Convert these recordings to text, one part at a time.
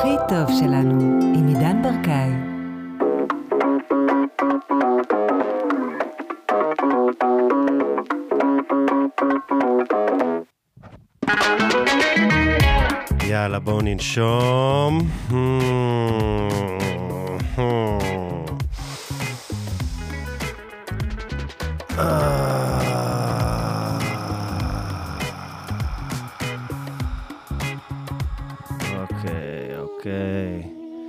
הכי טוב שלנו, עם עידן ברקאי. יאללה, בואו ננשום. אוקיי.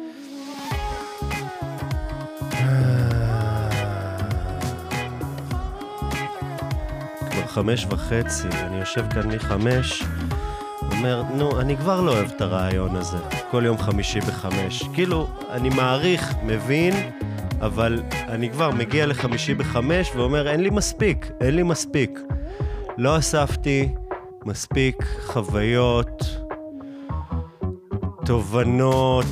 כבר 5:30, אני יושב כאן מ-5, אומר, אני כבר לא אוהב את הרעיון הזה, כל יום חמישי ב-5. כאילו, אני מעריך, מבין, אבל אני כבר מגיע לחמישי ב-5 ואומר, אין לי מספיק. לא אספתי מספיק חוויות, תובנות,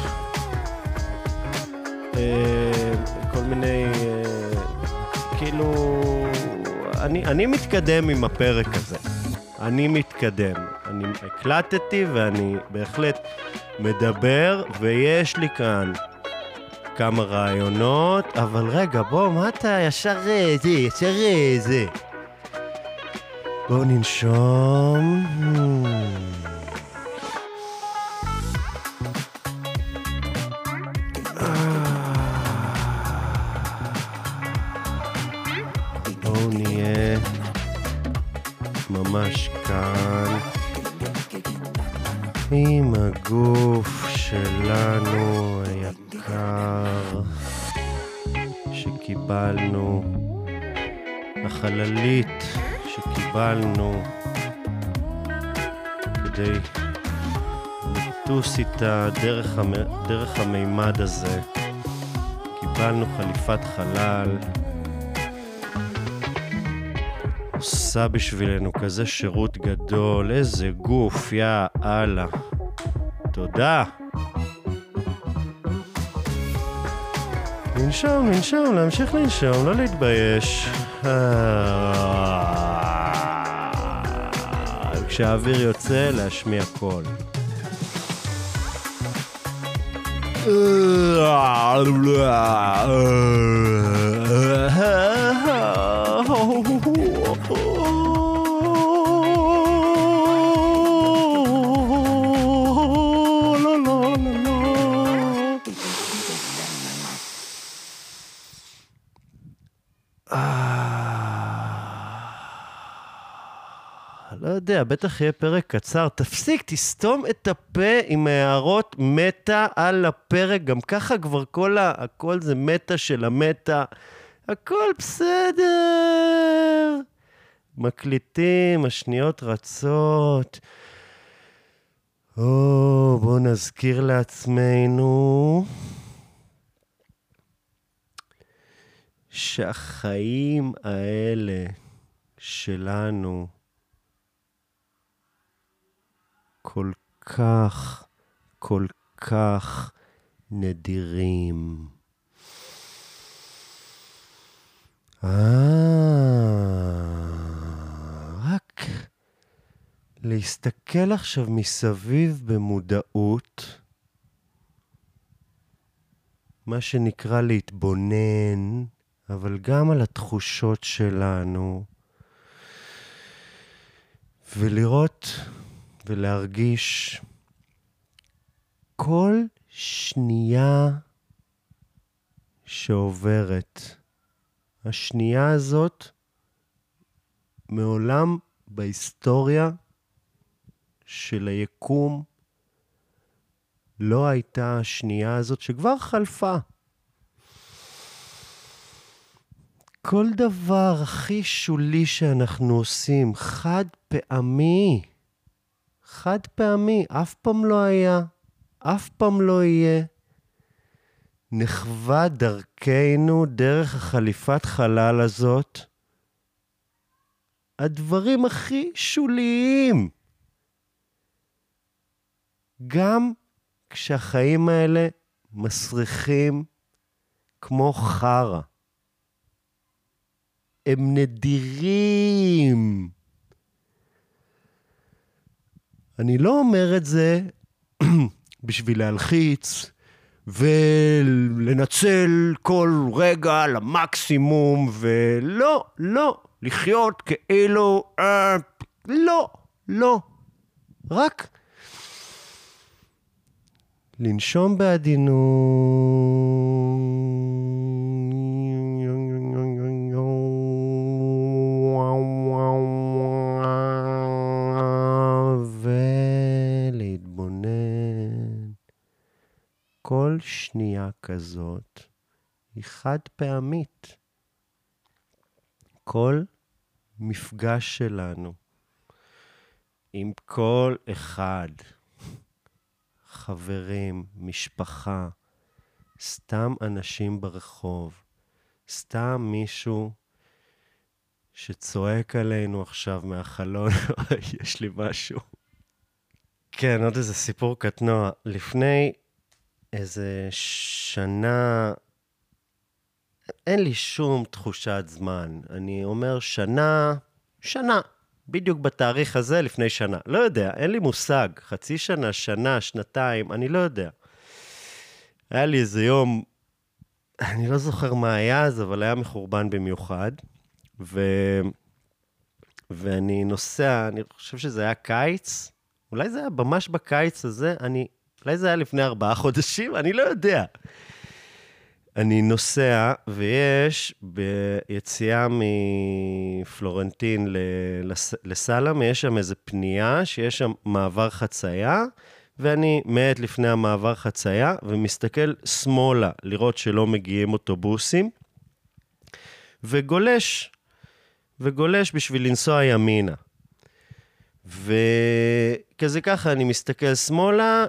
כל מיני, כאילו, אני מתקדם עם הפרק הזה. אני הקלטתי ואני בהחלט מדבר, ויש לי כאן כמה רעיונות, אבל רגע, מה אתה ישר זה. בואו ננשום. בואו נהיה ממש כאן עם הגוף שלנו היקר שקיבלנו, החללית שקיבלנו כדי לטוס איתה דרך המימד הזה. קיבלנו חליפת חלל, עושה בשבילנו כזה שירות גדול, איזה גוף, יא אללה. תודה. ננשום, להמשיך לנשום, לא להתבייש. כשהאוויר יוצא, להשמיע קול. לא יודע, בטח יהיה פרק קצר. תפסיק, תסתום את הפה עם הערות מטה על הפרק. גם ככה כבר הכל זה מטה של המטה. הכל בסדר. מקליטים, השניות רצות. בואו נזכיר לעצמנו שהחיים האלה שלנו כל כך נדירים. רק להסתכל עכשיו מסביב במודעות, מה שנקרא להתבונן, אבל גם על התחושות שלנו, ולראות ולהרגיש כל שנייה שעוברת. השנייה הזאת מעולם בהיסטוריה של היקום לא הייתה השנייה הזאת שכבר חלפה. כל דבר הכי שולי שאנחנו עושים, חד פעמי, אף פעם לא היה, אף פעם לא יהיה. נחווה דרכנו, דרך החליפת חלל הזאת, הדברים הכי שוליים. גם כשהחיים האלה מסריחים כמו חרה. הם נדירים. אני לא אומר את זה בשביל להלחיץ, ולנצל כל רגע למקסימום, ולא, לא, לחיות כאילו, לא, רק לנשום ולהתבונן. כל שנייה כזאת היא חד פעמית. כל מפגש שלנו עם כל אחד, חברים, משפחה, סתם אנשים ברחוב, סתם מישהו שצועק עלינו עכשיו מהחלון, יש לי משהו. כן, עוד איזה סיפור קטנוע. לפני איזה שנה, אין לי שום תחושת זמן. אני אומר שנה, בדיוק בתאריך הזה לפני שנה. לא יודע, אין לי מושג. חצי שנה, שנה, שנתיים, אני לא יודע. היה לי איזה יום, אני לא זוכר מה היה אז, אבל היה מחורבן במיוחד. ואני נוסע, אני חושב שזה היה קיץ, אולי זה היה ממש בקיץ הזה, אולי זה היה לפני 4 חודשים, אני לא יודע. אני נוסע, ויש ביציאה מפלורנטין לסלם, יש שם איזו פנייה, שיש שם מעבר חצייה, ואני מעט לפני המעבר חצייה, ומסתכל שמאלה, לראות שלא מגיעים אוטובוסים, וגולש בשביל לנסוע ימינה. וכזה ככה, אני מסתכל שמאלה,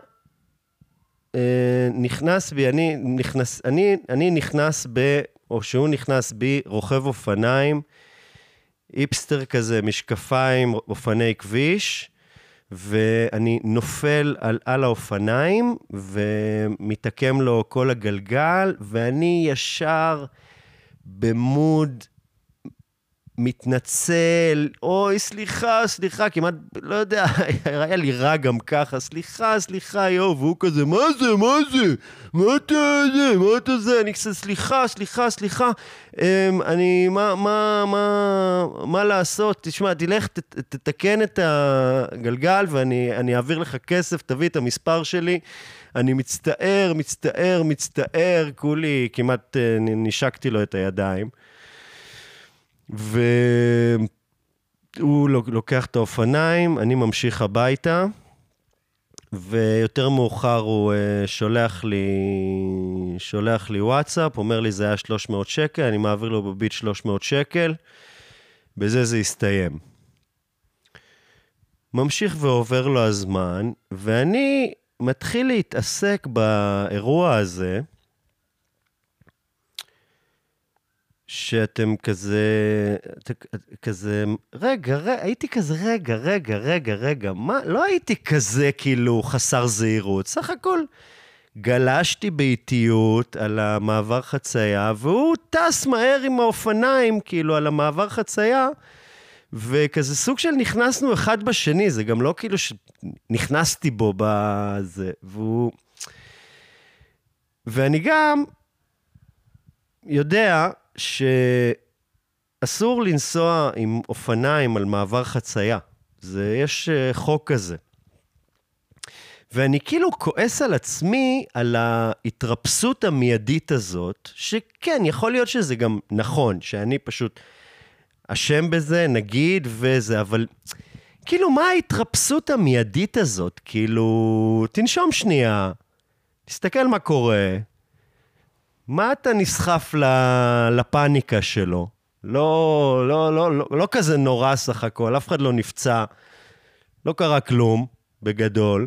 נכנס בי, אני נכנס או שהוא נכנס בי, רוכב אופניים, איפסטר כזה, משקפיים, אופני כביש, ואני נופל על האופניים, ומתעקם לו כל הגלגל, ואני ישר במוד מתנצל, אוי, סליחה, כמעט, לא יודע, היה לי רע גם ככה, סליחה, יו, והוא כזה, מה זה? מה אתה זה? אני כזה, סליחה, מה לעשות? תשמע, תלך, תתקן את הגלגל, ואני אעביר לך כסף, תביא את המספר שלי, אני מצטער, כולי, כמעט נשקתי לו את הידיים, והוא לוקח את האופניים, אני ממשיך הביתה, ויותר מאוחר הוא שולח לי וואטסאפ, אומר לי זה היה 300 שקל, אני מעביר לו בביט 300 שקל, בזה זה הסתיים. ממשיך ועובר לו הזמן, ואני מתחיל להתעסק באירוע הזה, שאתם כזה, הייתי כזה, רגע, מה? לא הייתי כזה כאילו חסר זהירות, סך הכל גלשתי באיטיות על המעבר חצייה, והוא טס מהר עם האופניים כאילו על המעבר חצייה, וכזה סוג של נכנסנו אחד בשני, זה גם לא כאילו שנכנסתי בו בזה, ואני גם יודע שאסור לנסוע עם אופניים על מעבר חצייה. יש חוק כזה. ואני כאילו כועס על עצמי על ההתרפסות המיידית הזאת, שכן, יכול להיות שזה גם נכון, שאני פשוט אשם בזה, נגיד וזה, אבל כאילו מה ההתרפסות המיידית הזאת? כאילו, תנשום שנייה, תסתכל מה קורה, מה אתה נסחף לפאניקה שלו? לא כזה נורא סך הכל, אף אחד לא נפצע, לא קרה כלום, בגדול.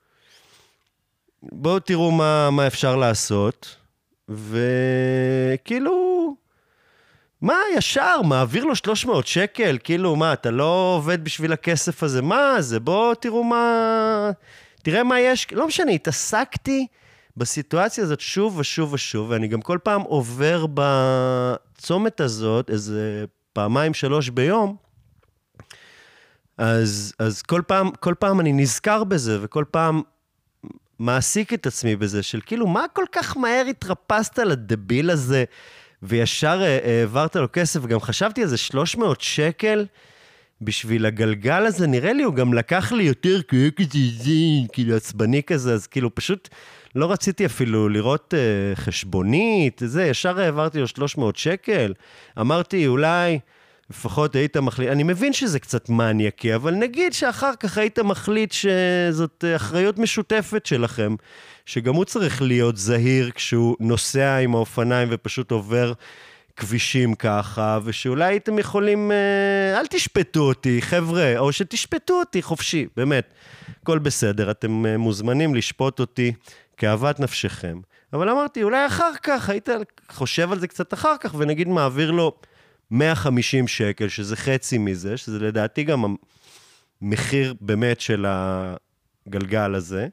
בואו תראו מה אפשר לעשות, וכאילו, מה ישר, מעביר לו 300 שקל, כאילו מה, אתה לא עובד בשביל הכסף הזה, מה זה? בואו תראו תראה מה יש, לא משנה, התעסקתי בסיטואציה הזאת שוב ושוב, ואני גם כל פעם עובר בצומת הזאת, איזה 2-3 ביום, אז כל פעם אני נזכר בזה, וכל פעם מעסיק את עצמי בזה, של כאילו, מה כל כך מהר התרפסת לדביל הזה, וישר העברת לו כסף, וגם חשבתי על זה 300 שקל, בשביל הגלגל הזה, נראה לי, הוא גם לקח לי יותר, כאילו עצבני כזה, אז כאילו פשוט לא רציתי אפילו לראות חשבונית, זה, ישר העברתי לו 300 שקל, אמרתי, אולי לפחות היית מחליט, אני מבין שזה קצת מניאקי, אבל נגיד שאחר כך היית מחליט שזאת אחריות משותפת שלכם, שגם הוא צריך להיות זהיר כשהוא נוסע עם האופניים ופשוט עובר כבישים ככה, ושאולי הייתם יכולים, אל תשפטו אותי, חבר'ה, או שתשפטו אותי חופשי, באמת, הכל בסדר, אתם מוזמנים לשפוט אותי כאהבת נפשכם. אבל אמרתי, אולי אחר כך, היית חושב על זה קצת אחר כך, ונגיד מעביר לו 150 שקל, שזה חצי מזה, שזה לדעתי גם המחיר באמת של הגלגל הזה,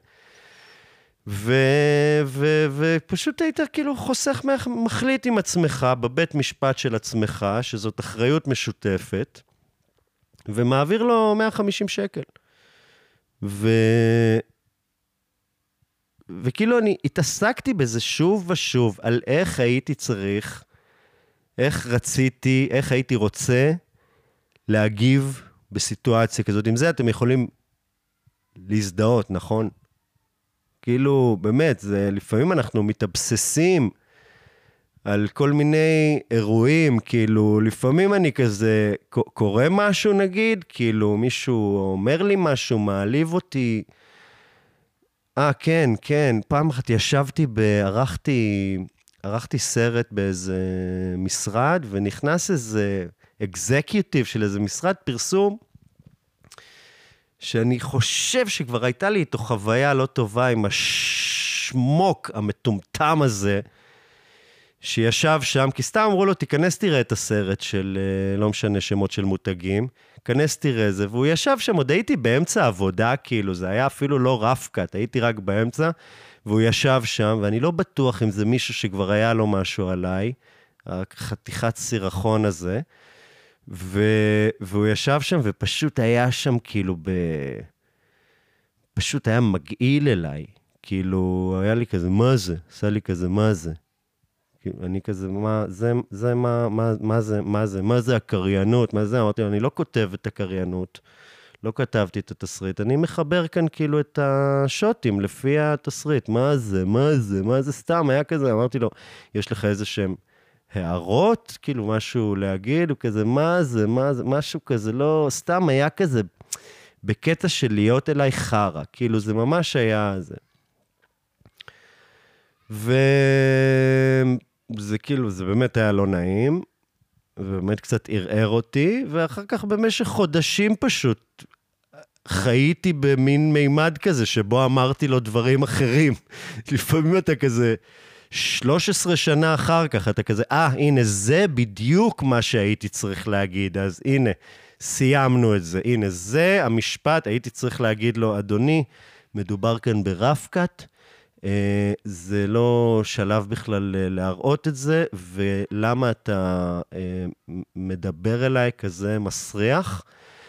ופשוט היית כאילו חוסך, מחליט עם עצמך, בבית משפט של עצמך, שזאת אחריות משותפת, ומעביר לו 150 שקל. וכאילו אני התעסקתי בזה שוב ושוב, על איך הייתי צריך, איך רציתי, איך הייתי רוצה להגיב בסיטואציה כזאת. עם זה אתם יכולים להזדהות, נכון? כאילו, באמת, זה, לפעמים אנחנו מתאבססים על כל מיני אירועים, כאילו, לפעמים אני כזה, קורא משהו נגיד, כאילו, מישהו אומר לי משהו, מעליב אותי. כן, פעם אחת ישבתי, ערכתי סרט באיזה משרד, ונכנס איזה אקזקיוטיב של איזה משרד פרסום, שאני חושב שכבר הייתה לי איתו חוויה לא טובה עם השמוק המטומטם הזה, שישב שם, כי סתם אמרו לו, תיכנס תראה את הסרט של, לא משנה שמות של מותגים, כנס תראה זה, והוא ישב שם, עוד הייתי באמצע העבודה, כאילו, זה היה אפילו לא רפקת, הייתי רק באמצע, והוא ישב שם, ואני לא בטוח אם זה מישהו שכבר היה לו משהו עליי, החתיכת סירחון הזה, והוא ישב שם, ופשוט היה שם כאילו פשוט היה מגעיל אליי, כאילו היה לי כזה, מה זה? עשה לי כזה, מה זה? אני כזה, מה זה הקריינות? מה זה? אמרתי לו, אני לא כותב את הקריינות, לא כתבתי את התסריט, אני מחבר כאן כאילו את השוטים לפי התסריט, מה זה סתם, היה כזה, אמרתי לו, יש לך איזה שהם הערות, כאילו משהו להגיד, הוא כזה, מה זה, משהו כזה, לא, סתם היה כזה, בקטע של להיות אליי חרה, כאילו זה ממש היה זה. וזה כאילו, זה באמת היה לא נעים, ובאמת קצת ערער אותי, ואחר כך במשך חודשים פשוט חייתי במין מימד כזה, שבו אמרתי לו דברים אחרים. לפעמים אתה כזה, 13 שנה אחר כך, אתה כזה, הנה, זה בדיוק מה שהייתי צריך להגיד, אז הנה, סיימנו את זה. הנה, זה המשפט, הייתי צריך להגיד לו, אדוני, מדובר כאן ברפקת, זה לא שלב בכלל להראות את זה, ולמה אתה מדבר אליי כזה מסריח,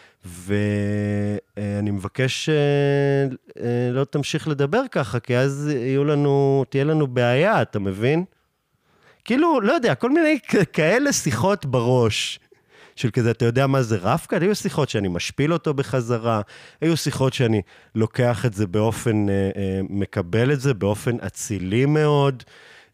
ואני מבקש לא תמשיך לדבר ככה, כי אז תהיה לנו בעיה, אתה מבין? כאילו, לא יודע, כל מיני כאלה שיחות בראש, של כזה, אתה יודע מה זה רפקה? היו שיחות שאני משפיל אותו בחזרה, היו שיחות שאני לוקח את זה באופן, מקבל את זה באופן אצילי מאוד,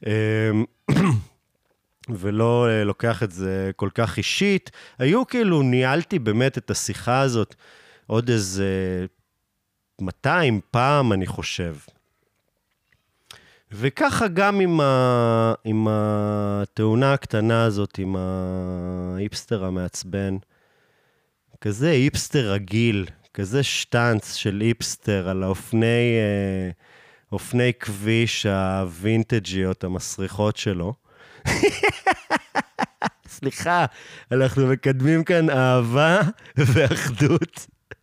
ולא לוקח את זה כל כך אישית. היו כאילו, ניהלתי באמת את השיחה הזאת, עוד איזה 200 פעם, אני חושב. וככה גם עם התאונה הקטנה הזאת, עם האיפסטר המעצבן, כזה איפסטר רגיל, כזה שטנץ של איפסטר על אופני כביש הווינטג'יות המסריחות שלו. סליחה, אנחנו מקדמים כאן אהבה ואחדות.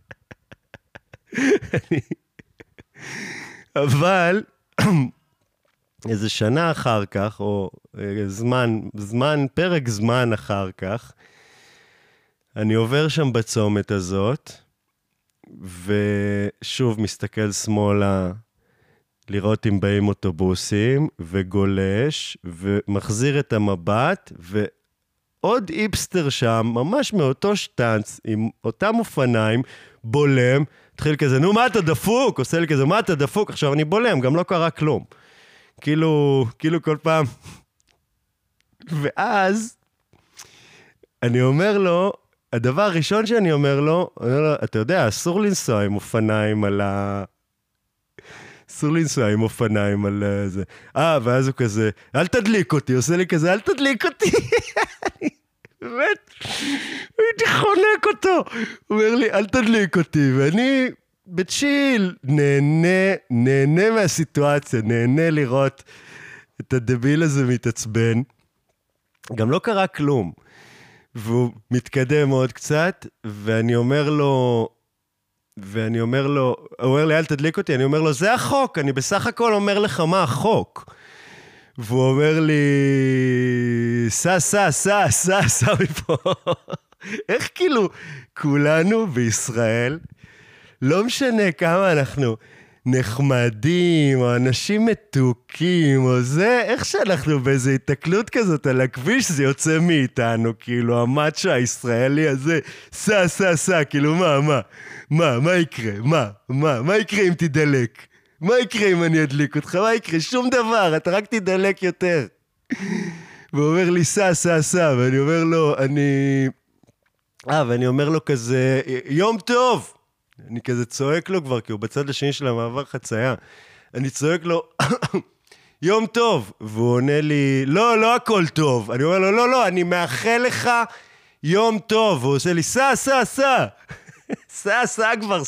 אבל איזה שנה אחר כך, או פרק זמן אחר כך, אני עובר שם בצומת הזאת, ושוב מסתכל שמאלה, לראות אם באים אוטובוסים, וגולש, ומחזיר את המבט, ועוד איפסטר שם, ממש מאותו שטנץ, עם אותם אופניים, בולם, התחיל כזה, נו, מה אתה דפוק? עושה לי כזה, מה אתה דפוק? עכשיו אני בולם, גם לא קרה כלום. כאילו כל פעם. ואז, אני אומר לו, הדבר הראשון שאני אומר לו, אתה יודע, אסור לנסוע עם אופניים על אסור לנסוע עם אופניים על זה. ואז הוא כזה, אל תדליק אותי, עושה לי כזה, אל תדליק אותי. באמת, הייתי חונק אותו. הוא אומר לי, אל תדליק אותי, ואני בצ'יל, נהנה מהסיטואציה, נהנה לראות את הדביל הזה מתעצבן. גם לא קרה כלום. והוא מתקדם עוד קצת, ואני אומר לו, הוא אומר לי, אל תדליק אותי, אני אומר לו, זה החוק, אני בסך הכל אומר לך מה החוק. והוא אומר לי, סע מפה. איך כאילו, כולנו בישראל, לא משנה כמה אנחנו נחמדים, או אנשים מתוקים, או זה, איך שאנחנו באיזו התקלות כזאת על הכביש, זה יוצא מאיתנו, כאילו, המאצ'ה הישראלי הזה, סע, כאילו, מה יקרה? מה יקרה אם תדלק? מה יקרה אם אני אדליק אותך? מה יקרה? שום דבר, אתה רק תדלק יותר. והוא אומר לי, סע, ואני אומר לו, ואני אומר לו כזה, יום טוב! אני כזה צועק לו כבר, כי הוא בצד השני של המעבר חצייה. אני צועק לו, יום טוב! והוא עונה לי, לא הכל טוב. אני אומר לו, לא, אני מאחל לך יום טוב. והוא עושה לי, סע. סע כבר.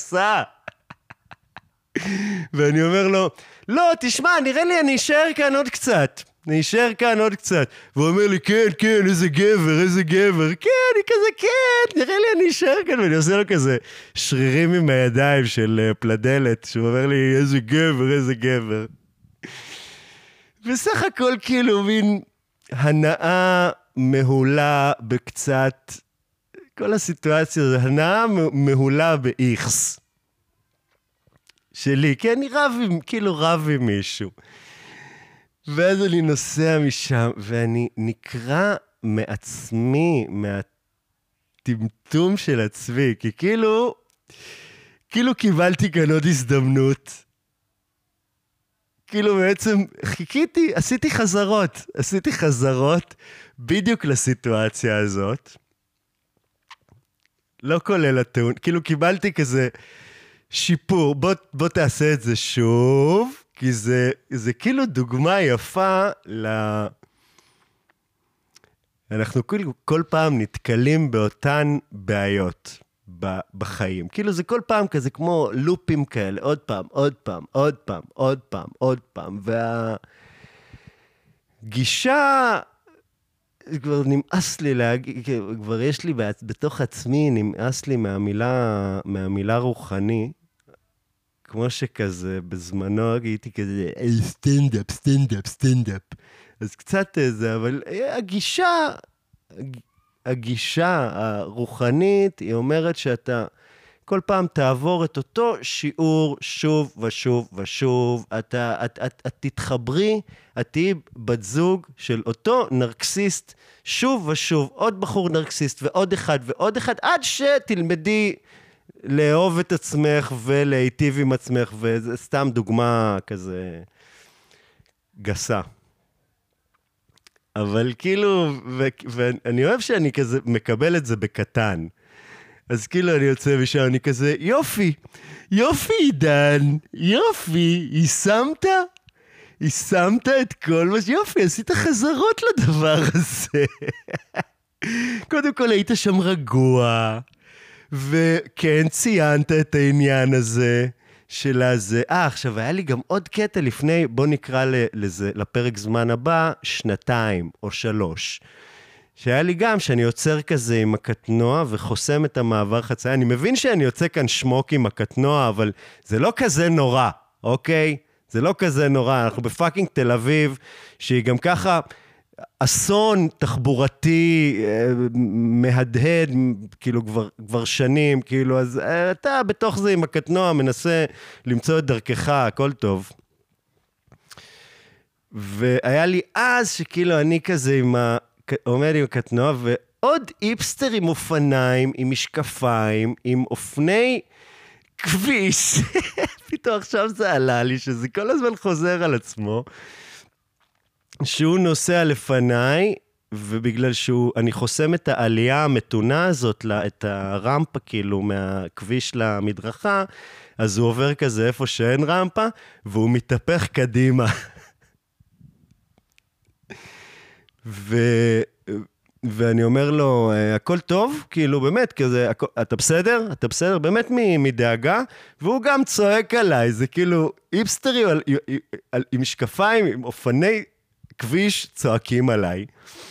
ואני אומר לו, לא, תשמע, נראה לי אני אשאר כאן עוד קצת. והוא אומר לי, כן, איזה גבר. כן, אני כזה, כן, נראה לי אני אשאר כאן. ואני עושה לו כזה שרירים עם הידיים של פלדלת, שהוא אומר לי, איזה גבר. בסך הכל כאילו מין הנאה מהולה בקצת, כל הסיטואציה הזו, הנאה מהולה באיכס. שלי, כי אני רב עם מישהו. ואז אני נוסע משם, ואני נקרא מעצמי, מהטמטום של עצמי, כי כאילו קיבלתי כאן עוד הזדמנות. כאילו בעצם חיכיתי, עשיתי חזרות בדיוק לסיטואציה הזאת. לא כולל הטעון, כאילו קיבלתי כזה שיפור, בוא תעשה את זה שוב, כי זה כאילו דוגמה יפה אנחנו כל פעם נתקלים באותן בעיות בחיים. כאילו זה כל פעם כזה כמו לופים כאלה, עוד פעם. והגישה, כבר נמאס לי להגיד, כבר יש לי בתוך עצמי, נמאס לי מהמילה רוחני, כמו שכזה, בזמנו הייתי כזה, סטנדאפ. אז קצת זה, אבל הגישה הרוחנית, היא אומרת שאתה כל פעם תעבור את אותו שיעור שוב ושוב, את תתחברי, את תהיי בת זוג של אותו נרקסיסט, שוב ושוב, עוד בחור נרקסיסט ועוד אחד, עד שתלמדי לאהוב את עצמך ולהיטיב עם עצמך, וזה סתם דוגמה כזה גסה. אבל כאילו, ואני אוהב שאני כזה מקבל את זה בקטן. אז כאילו אני יוצא משם, אני כזה, יופי עידן, שמת את כל מה שיופי, עשית חזרות לדבר הזה. קודם כל היית שם רגוע, וכן ציינת את העניין הזה, של הזה. עכשיו היה לי גם עוד קטע לפני, בוא נקרא לזה, לפרק זמן הבא, 2 או 3. שהיה לי גם שאני יוצר כזה עם הקטנוע וחוסם את המעבר חצייה. אני מבין שאני יוצא כאן שמוק עם הקטנוע, אבל זה לא כזה נורא, אוקיי? זה לא כזה נורא. אנחנו בפאקינג תל אביב, שהיא גם ככה אסון תחבורתי מהדהד, כאילו כבר שנים, כאילו, אז אתה בתוך זה עם הקטנוע מנסה למצוא את דרכך, הכל טוב. והיה לי אז שכאילו אני כזה עומד עם הקטנוע, ועוד איפסטר עם אופניים, עם משקפיים, עם אופני כביש. פתאום עכשיו זה עלה לי, שזה כל הזמן חוזר על עצמו, שהוא נוסע לפניי, ובגלל אני חוסם את העלייה המתונה הזאת, את הרמפה כאילו מהכביש למדרכה, אז הוא עובר כזה איפה שאין רמפה, והוא מתהפך קדימה. ואני אומר לו, הכל טוב? כאילו באמת, כזה, אתה בסדר? אתה בסדר? באמת מדאגה? והוא גם צועק עליי, זה כאילו איפסטרי עם משקפיים, עם אופני כביש צועקים עליי.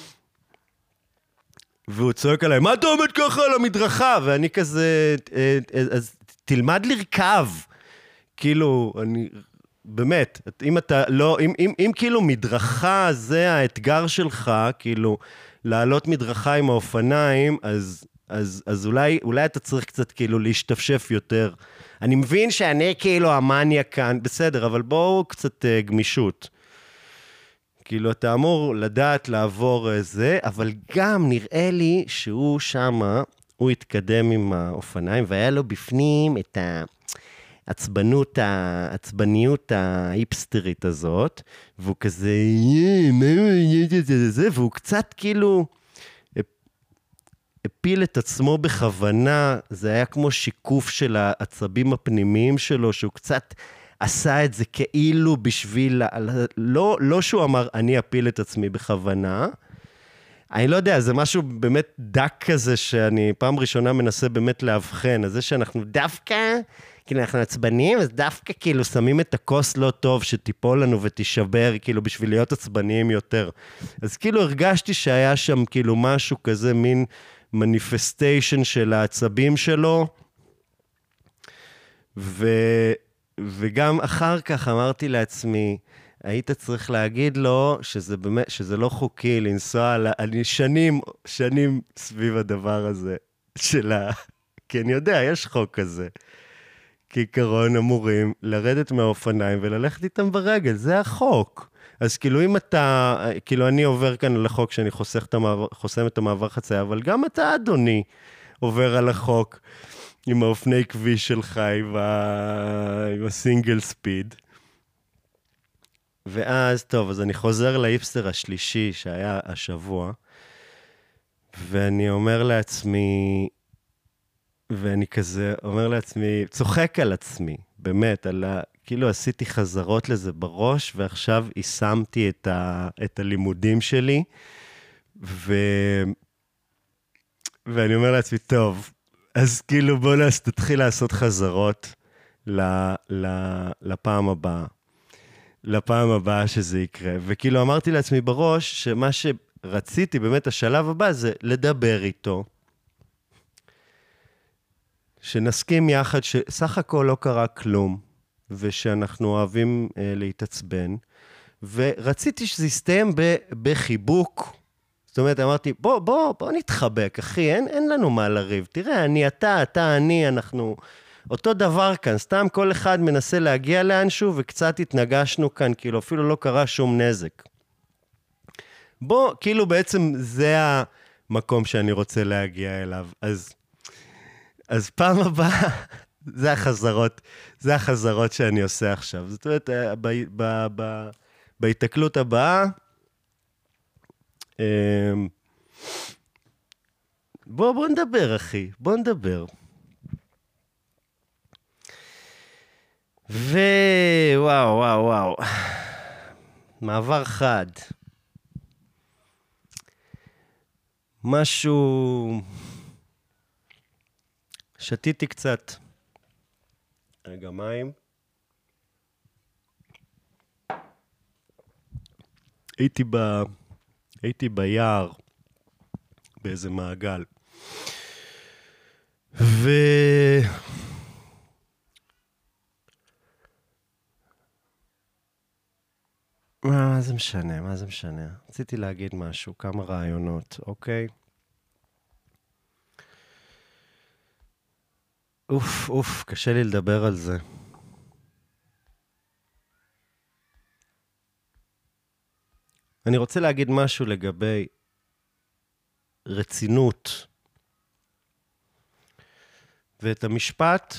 והוא צועק עליי, מה אתה עומד ככה על המדרכה? ואני כזה, אז תלמד לרכב. כאילו, אני, באמת, אם אתה לא, אם כאילו מדרכה זה האתגר שלך, כאילו, לעלות מדרכה עם האופניים, אז אולי אתה צריך קצת כאילו להשתפשף יותר. אני מבין שאני כאילו המניה כאן, בסדר, אבל בואו קצת גמישות. כאילו, אתה אמור לדעת לעבור זה, אבל גם נראה לי שהוא שמה, הוא התקדם עם האופניים, והיה לו בפנים את העצבניות ההיפסטרית הזאת, והוא כזה, והוא קצת כאילו הפיל את עצמו בכוונה, זה היה כמו שיקוף של העצבים הפנימיים שלו, שהוא קצת עשה את זה כאילו בשביל, לא שהוא אמר, אני אפיל את עצמי בכוונה, אני לא יודע, זה משהו באמת דק כזה, שאני פעם ראשונה מנסה באמת להבחן, אז זה שאנחנו דווקא, כאילו אנחנו עצבניים, אז דווקא כאילו שמים את הכוס לא טוב, שתיפול לנו ותישבר, כאילו בשביל להיות עצבניים יותר. אז כאילו הרגשתי שהיה שם כאילו משהו כזה, מין מניפסטיישן של העצבים שלו, וגם אחר כך אמרתי לעצמי, היית צריך להגיד לו שזה באמת, שזה לא חוקי לנסוע, אני שנים סביב הדבר הזה, כי אני יודע, יש חוק כזה. כעיקרון אמורים לרדת מהאופניים וללכת איתם ברגל, זה החוק. אז כאילו אם אתה, כאילו אני עובר כאן על החוק שאני חוסם את המעבר חצייה, אבל גם אתה, אדוני, עובר על החוק עם האופני כביש שלך, עם הסינגל ספיד. ואז, טוב, אז אני חוזר לאיפסטר השלישי שהיה השבוע, ואני אומר לעצמי, ואני כזה אומר לעצמי, צוחק על עצמי, באמת, כאילו עשיתי חזרות לזה בראש, ועכשיו יישמתי את הלימודים שלי, ואני אומר לעצמי, טוב, אז כאילו בוא תתחיל לעשות חזרות לפעם הבאה. לפעם הבאה שזה יקרה. וכאילו אמרתי לעצמי בראש, שמה שרציתי, באמת השלב הבא, זה לדבר איתו, שנסכים יחד שסך הכל לא קרה כלום, ושאנחנו אוהבים להתעצבן, ורציתי שזה יסתיים בחיבוק. זאת אומרת, אמרתי, בוא נתחבק, אחי, אין לנו מה לריב. תראה, אתה, אני, אנחנו אותו דבר כאן, סתם כל אחד מנסה להגיע לאנשהו, וקצת התנגשנו כאן, כאילו אפילו לא קרה שום נזק. כאילו בעצם זה המקום שאני רוצה להגיע אליו. אז פעם הבאה, זה החזרות שאני עושה עכשיו. זאת אומרת, בהתקלות הבאה, בוא נדבר, אחי, בוא נדבר. וואו, מעבר חד. משהו, שתיתי קצת. רגע, מים. הייתי ביער, באיזה מעגל. מה זה משנה? רציתי להגיד משהו, כמה רעיונות, אוקיי? קשה לי לדבר על זה. אני רוצה להגיד משהו לגבי רצינות. ואת המשפט,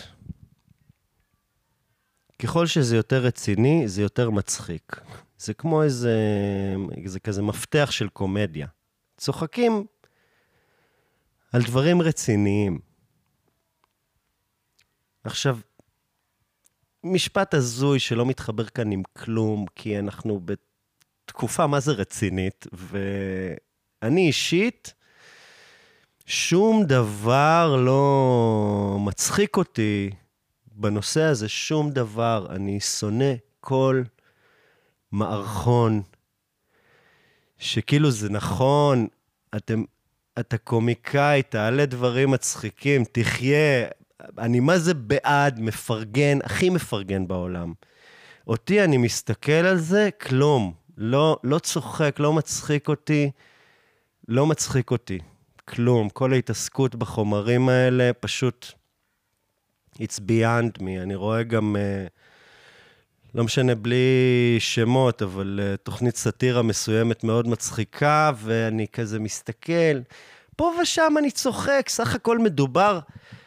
ככל שזה יותר רציני, זה יותר מצחיק. זה כמו זה כזה מפתח של קומדיה. צוחקים על דברים רציניים. עכשיו, משפט הזוי שלא מתחבר כאן עם כלום, כי אנחנו בתקופה מה זה רצינית, ואני אישית, שום דבר לא מצחיק אותי בנושא הזה, שום דבר. אני שונא כל מערכון, שכאילו זה נכון, אתה קומיקאי, תעלה דברים מצחיקים, תחיה, אני מה זה בעד, מפרגן, הכי מפרגן בעולם. אותי אני מסתכל על זה, כלום, לא צוחק, לא מצחיק אותי, לא מצחיק אותי, כלום. כל ההתעסקות בחומרים האלה, פשוט, it's beyond me. אני רואה גם, לא משנה בלי שמות, אבל תוכנית סאטירה מסוימת מאוד מצחיקה, ואני כזה מסתכל, פה ושם אני צוחק, סך הכל מדובר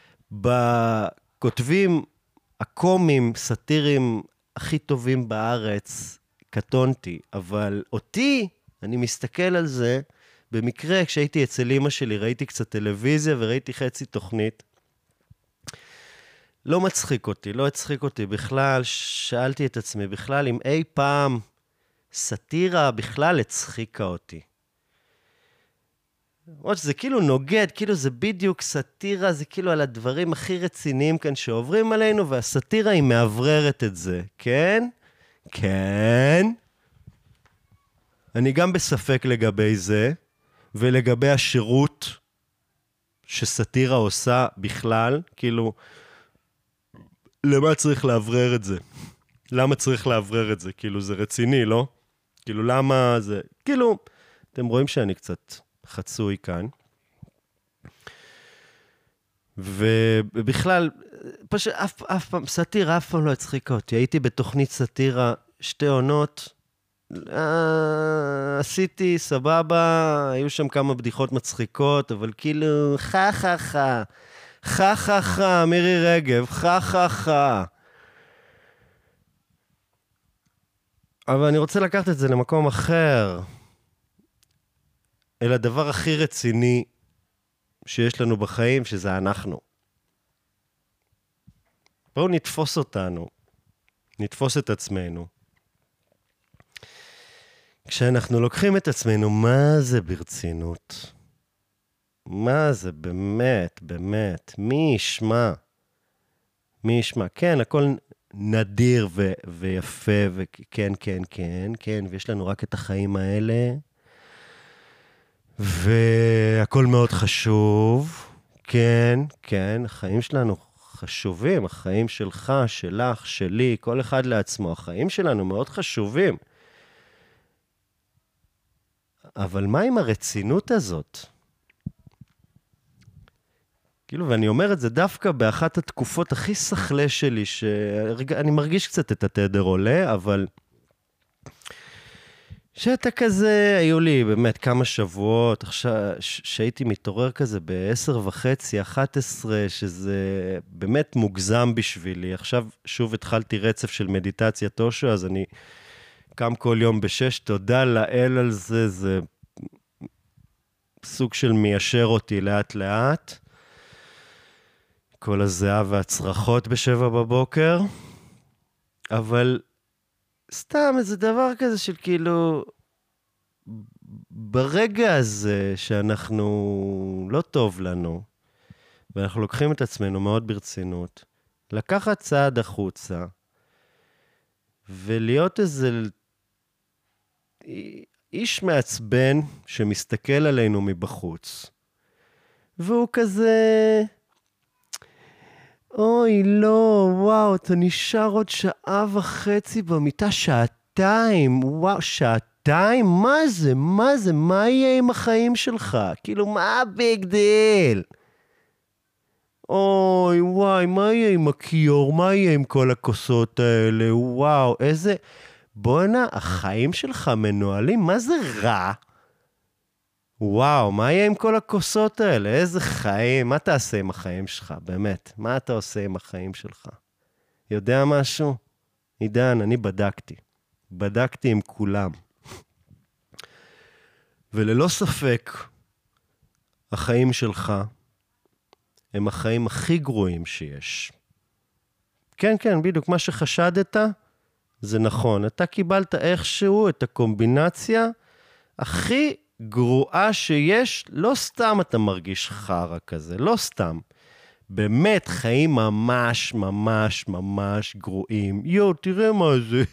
בכותבים הקומיים, סאטירים הכי טובים בארץ, קטונתי, אבל אותי, אני מסתכל על זה, במקרה כשהייתי אצל אמא שלי, ראיתי קצת טלוויזיה וראיתי חצי תוכנית, לא מצחיק אותי, לא הצחיק אותי בכלל, שאלתי את עצמי בכלל, אם אי פעם סאטירה בכלל הצחיקה אותי. למרות שזה כאילו נוגד, כאילו זה בדיוק סאטירה, זה כאילו על הדברים הכי רציניים כאן שעוברים עלינו, והסאטירה היא מעבררת את זה, כן? כן. אני גם בספק לגבי זה, ולגבי השירות שסאטירה עושה בכלל, כאילו, למה צריך לעברר את זה? למה צריך לעברר את זה? כאילו, זה רציני, לא? כאילו, למה זה... כאילו, אתם רואים שאני קצת חצוי כאן. ובכלל, פשוט אף פעם, סאטירה אף פעם לא הצחיקה אותי. הייתי בתוכנית סאטירה 2 עונות, עשיתי, סבבה, היו שם כמה בדיחות מצחיקות, אבל כאילו, חכה, מירי רגב, חכה. אבל אני רוצה לקחת את זה למקום אחר, אל הדבר הכי רציני שיש לנו בחיים, שזה אנחנו. בואו נתפוס אותנו, נתפוס את עצמנו. כשאנחנו לוקחים את עצמנו, מה זה ברצינות? מה זה באמת? מי ישמע? כן, הכל נדיר ויפה, כן, ויש לנו רק את החיים האלה, והכל מאוד חשוב, כן, החיים שלנו חשובים, החיים שלך, שלך, שלי, כל אחד לעצמו, החיים שלנו מאוד חשובים. אבל מה עם הרצינות הזאת? כאילו, ואני אומר את זה דווקא באחת התקופות הכי סחלה שלי, שאני מרגיש קצת את התדר עולה, אבל שאתה כזה, היו לי באמת כמה שבועות, עכשיו שהייתי מתעורר כזה ב10:30, 11, שזה באמת מוגזם בשבילי. עכשיו שוב התחלתי רצף של מדיטציית אושו, אז אני קם כל יום ב6, תודה לאל על זה, זה סוג של מיישר אותי לאט לאט. כל הזיעה והצרחות ב7 בבוקר, אבל סתם איזה דבר כזה של כאילו, ברגע הזה שאנחנו לא טוב לנו, ואנחנו לוקחים את עצמנו מאוד ברצינות, לקחת צעד החוצה, ולהיות איזה איש מעצבן שמסתכל עלינו מבחוץ, והוא כזה... אוי, לא, וואו, אתה נשאר עוד 1.5 שעות במיטה, 2 וואו, 2? מה זה? מה יהיה עם החיים שלך? כאילו, מה הביג דיל? אוי, וואי, מה יהיה עם הכיור? מה יהיה עם כל הכוסות האלה? וואו, איזה... בואנה, החיים שלך מנוהלים, מה זה רע? וואו, מה יהיה עם כל הכוסות האלה? איזה חיים, מה תעשה עם החיים שלך, באמת? מה אתה עושה עם החיים שלך? יודע משהו? עידן, אני בדקתי עם כולם. וללא ספק, החיים שלך הם החיים הכי גרועים שיש. כן, כן, בדיוק, מה שחשדת, זה נכון. אתה קיבלת איכשהו את הקומבינציה הכי גרועה שיש, לא סתם אתה מרגיש חרא כזה, לא סתם. באמת, חיים ממש, ממש, ממש גרועים. יו, תראה מה זה.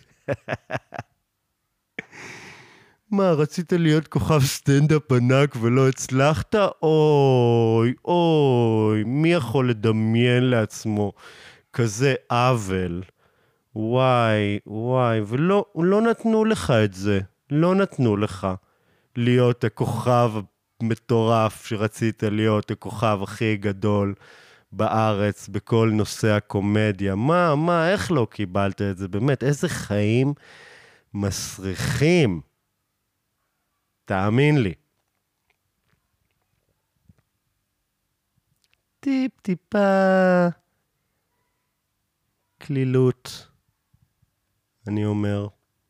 מה, רצית להיות כוכב סטנדאפ ענק ולא הצלחת? אוי, אוי, מי יכול לדמיין לעצמו כזה עוול? וואי, וואי, ולא נתנו לך את זה. לא נתנו לך להיות הכוכב המטורף שרצית להיות, הכוכב הכי גדול בארץ, בכל נושא הקומדיה. מה, איך לא קיבלת את זה? באמת, איזה חיים מסריחים. תאמין לי. טיפה כלילות, אני אומר.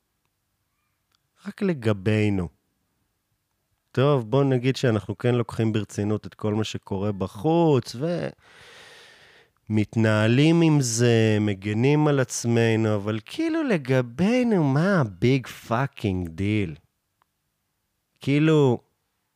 רק לגבינו. טוב, בוא נגיד שאנחנו כן לוקחים ברצינות את כל מה שקורה בחוץ, מתנהלים עם זה, מגנים על עצמנו, אבל כאילו לגבינו, מה הביג פאקינג דיל? כאילו,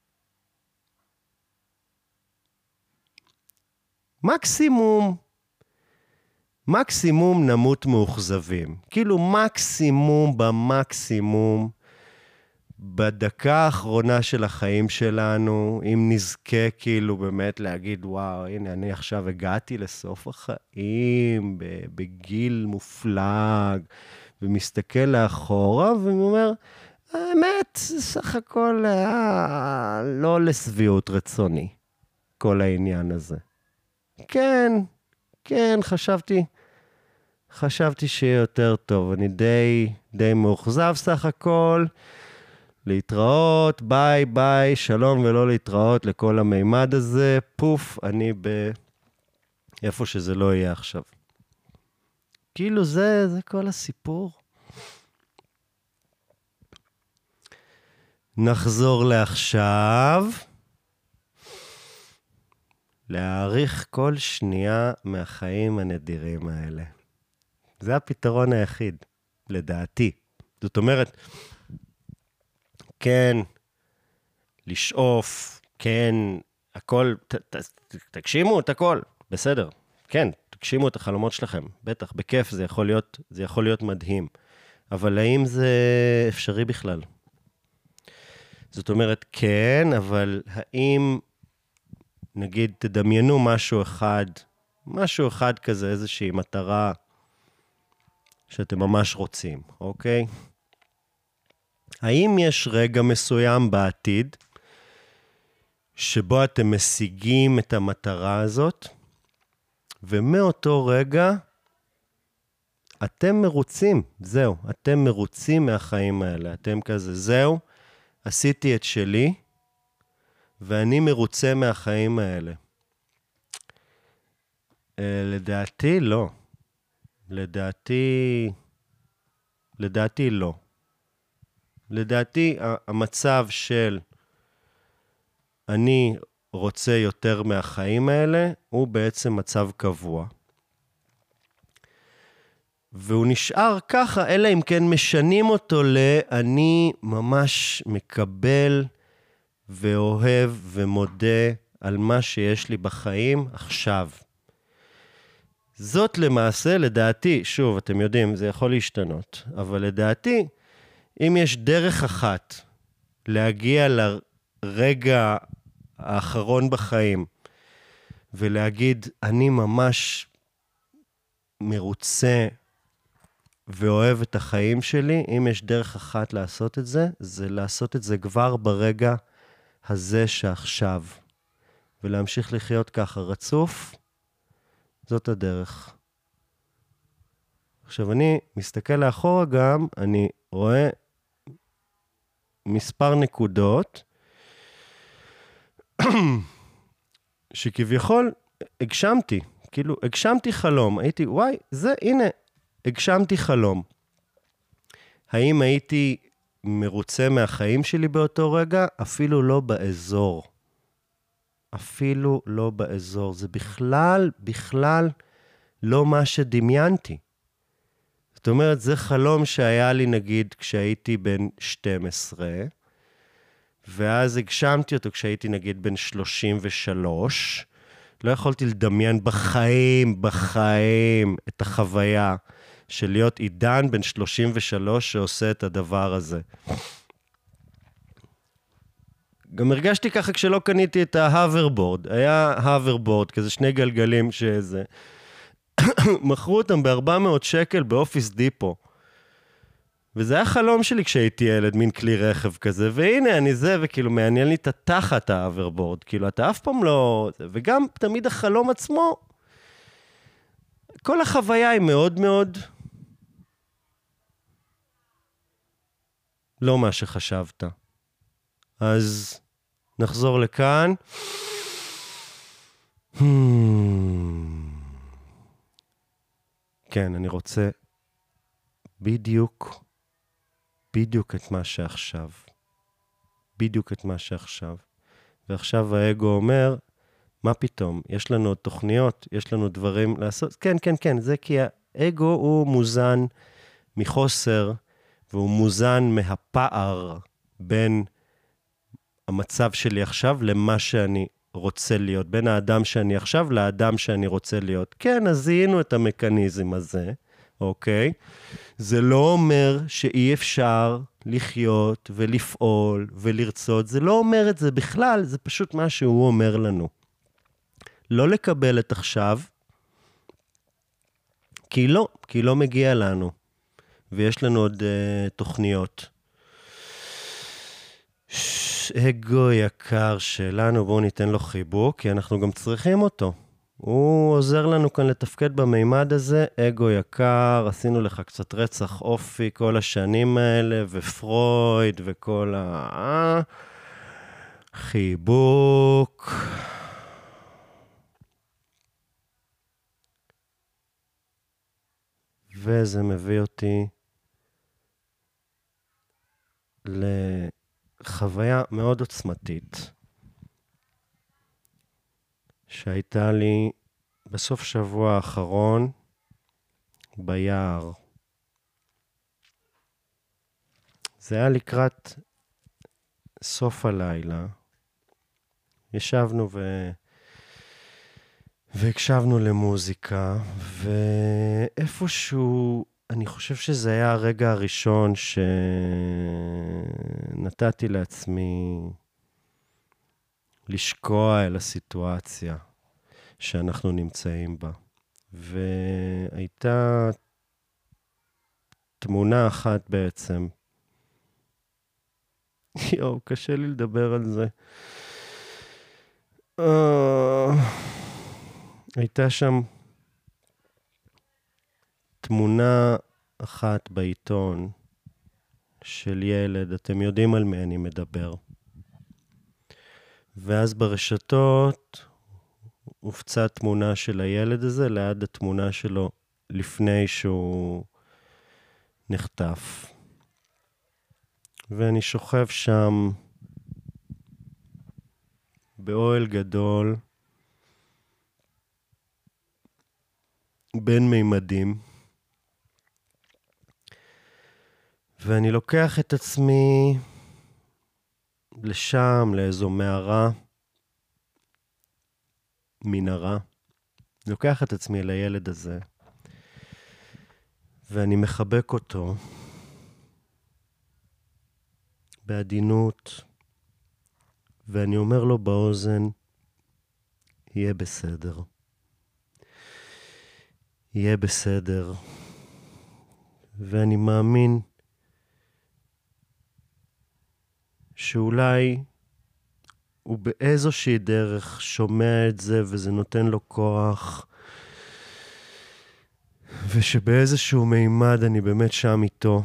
מקסימום נמות מאוכזבים. כאילו מקסימום במקסימום, בדקה האחרונה של החיים שלנו, אם נזכה כאילו באמת להגיד, וואו, הנה, אני עכשיו הגעתי לסוף החיים, בגיל מופלג, ומסתכל לאחורה, ואומר, האמת, סך הכל לא לשביעות רצוני, כל העניין הזה. כן, חשבתי שיהיה יותר טוב, אני די מאוכזב סך הכל, להתראות, ביי, שלום ולא להתראות לכל המימד הזה, פוף, אני איפה שזה לא יהיה עכשיו. כאילו זה כל הסיפור. נחזור לעכשיו. להעריך כל שנייה מהחיים הנדירים האלה. זה הפתרון היחיד, לדעתי. זאת אומרת, כן, לשאוף, כן, הכל, תגשימו את הכל, בסדר. כן, תגשימו את החלומות שלכם, בטח, בכיף, זה יכול להיות מדהים. אבל האם זה אפשרי בכלל? זאת אומרת, כן, אבל האם, נגיד, תדמיינו משהו אחד כזה, איזושהי מטרה שאתם ממש רוצים, אוקיי? האם יש רגע מסוים בעתיד שבו אתם משיגים את המטרה הזאת, ומאותו רגע אתם מרוצים, זהו, אתם מרוצים מהחיים האלה, אתם כזה, זהו, עשיתי את שלי, ואני מרוצה מהחיים האלה. לדעתי לא. לדעתי לא. לדעתי המצב של אני רוצה יותר מהחיים האלה, הוא בעצם מצב קבוע. והוא נשאר ככה, אלא אם כן משנים אותו אני ממש מקבל ואוהב ומודה על מה שיש לי בחיים עכשיו. זאת למעשה, לדעתי, שוב, אתם יודעים, זה יכול להשתנות, אבל לדעתי, אם יש דרך אחת להגיע לרגע האחרון בחיים, ולהגיד, אני ממש מרוצה ואוהב את החיים שלי, אם יש דרך אחת לעשות את זה, זה לעשות את זה כבר ברגע הזה שעכשיו. ולהמשיך לחיות ככה רצוף, זאת הדרך. עכשיו, אני מסתכל לאחורה גם, אני רואה מספר נקודות, שכביכול הגשמתי, כאילו, הגשמתי חלום. הייתי, וואי, הנה, הגשמתי חלום. האם הייתי מרוצה מהחיים שלי באותו רגע? אפילו לא באזור. אפילו לא באזור. זה בכלל לא מה שדמיינתי. זאת אומרת, זה חלום שהיה לי, נגיד, כשהייתי בן 12, ואז הגשמתי אותו כשהייתי, נגיד, בן 33. לא יכולתי לדמיין בחיים את החוויה של להיות עידן בן 33 שעושה את הדבר הזה. גם הרגשתי ככה כשלא קניתי את ההוברבורד. היה הוברבורד, כזה 2 גלגלים שזה. מכרו אותם ב-400 שקל באופיס דיפו. וזה היה חלום שלי כשהייתי ילד, מין כלי רכב כזה, והנה אני זה, וכאילו מעניין לי את התחת ההוברבורד, כאילו אתה אף פעם לא... וגם תמיד החלום עצמו, כל החוויה היא מאוד מאוד לא מה שחשבת. אז נחזור לכאן. כן, אני רוצה בדיוק את מה שעכשיו. בדיוק את מה שעכשיו. ועכשיו האגו אומר, מה פתאום? יש לנו עוד תוכניות, יש לנו דברים לעשות. כן, זה כי האגו הוא מוזן מחוסר, והוא מוזן מהפער בין המצב שלי עכשיו למה שאני רוצה להיות. בין האדם שאני עכשיו לאדם שאני רוצה להיות. כן, אז זיהינו את המכניזם הזה, אוקיי? זה לא אומר שאי אפשר לחיות ולפעול ולרצות. זה לא אומר את זה בכלל, זה פשוט מה שהוא אומר לנו. לא לקבל את עכשיו, כי לא מגיע לנו. ויש לנו עוד תוכניות. אגו יקר שלנו, בואו ניתן לו חיבוק, כי אנחנו גם צריכים אותו. הוא עוזר לנו כאן לתפקד במימד הזה. אגו יקר, עשינו לך קצת רצח אופי כל השנים האלה, ופרויד וכל חיבוק. וזה מביא אותי לחוויה מאוד עוצמתית, שהייתה לי בסוף שבוע האחרון ביער. זה היה לקראת סוף הלילה. ישבנו והקשבנו למוזיקה, ואיפשהו, אני חושב שזה היה הרגע הראשון שנתתי לעצמי לשקוע אל הסיטואציה שאנחנו נמצאים בה. והייתה תמונה אחת בעצם. קשה לי לדבר על זה. הייתה שם תמונה אחת בעיתון של ילד, אתם יודעים על מי אני מדבר. ואז ברשתות הופצה תמונה של הילד הזה ליד התמונה שלו לפני שהוא נחטף. ואני שוכב שם באוהל גדול, בין מימדים, ואני לוקח את עצמי לשם, לאיזו מנהרה, לוקח את עצמי לילד הזה, ואני מחבק אותו בעדינות, ואני אומר לו באוזן, יהיה בסדר. יהיה בסדר. ואני מאמין שאולי הוא באיזושהי דרך שומע את זה, וזה נותן לו כוח. ושבאיזשהו מימד אני באמת שם איתו.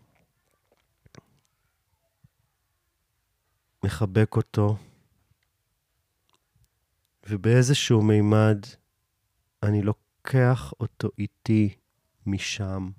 מחבק אותו. ובאיזשהו מימד אני לוקח אותו איתי משם.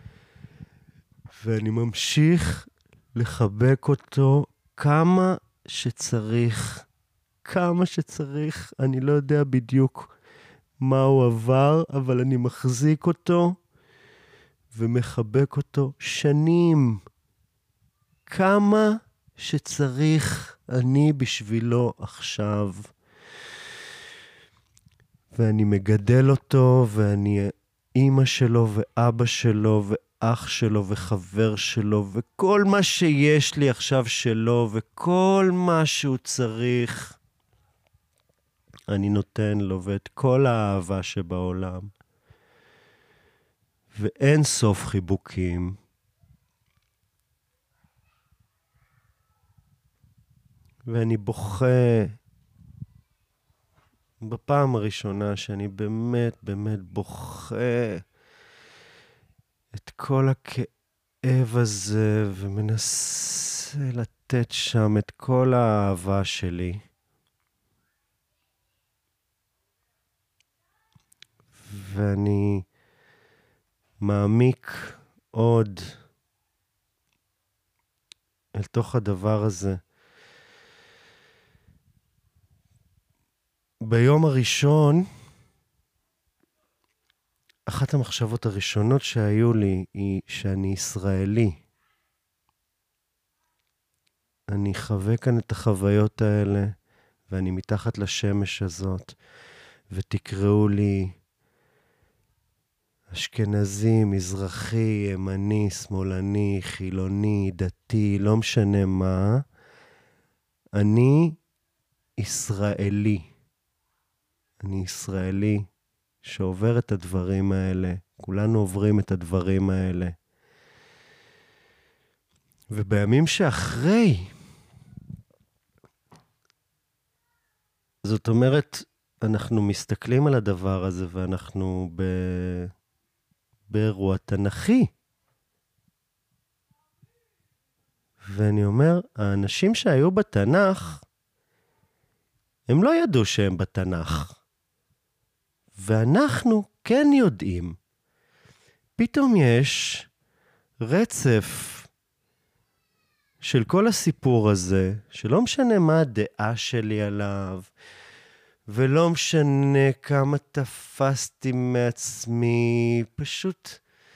ואני ממשיך לחבק אותו כמה שצריך. כמה שצריך. אני לא יודע בדיוק מה הוא עבר, אבל אני מחזיק אותו ומחבק אותו שנים. כמה שצריך אני בשבילו עכשיו. ואני מגדל אותו, ואני אמא שלו ואבא שלו ואח שלו וחבר שלו, וכל מה שיש לי עכשיו שלו, וכל מה שהוא צריך, אני נותן לו, ואת כל האהבה שבעולם. ואין סוף חיבוקים. ואני בוכה בפעם הראשונה שאני באמת באמת בוכה את כל הכאב הזה, ומנסה לתת שם את כל האהבה שלי. ואני מעמיק עוד אל תוך הדבר הזה. ביום הראשון, אחת המחשבות הראשונות שהיו לי היא שאני ישראלי. אני חווה כאן את החוויות האלה, ואני מתחת לשמש הזאת, ותקראו לי אשכנזי, מזרחי, ימני, שמאלני, חילוני, דתי, לא משנה מה. אני ישראלי. אני ישראלי שעובר את הדברים האלה. כולנו עוברים את הדברים האלה. ובימים שאחרי, זאת אומרת, אנחנו מסתכלים על הדבר הזה, ואנחנו באירוע תנכי. ואני אומר, האנשים שהיו בתנ"ך, הם לא ידעו שהם בתנ"ך. ואנחנו כן יודעים. פתאום יש רצף של כל הסיפור הזה, שלא משנה מה הדעה שלי עליו, ולא משנה כמה תפסתי מעצמי, פשוט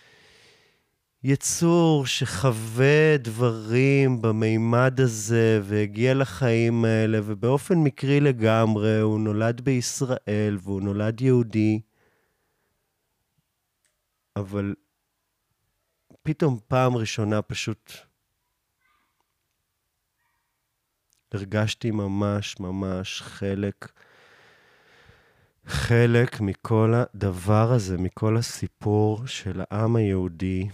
יצור שחווה דברים במימד הזה, והגיע לחיים האלה, ובאופן מקרי לגמרי, הוא נולד בישראל, והוא נולד יהודי. אבל פתאום פעם ראשונה פשוט הרגשתי ממש ממש חלק מכל הדבר הזה, מכל הסיפור של העם היהודי,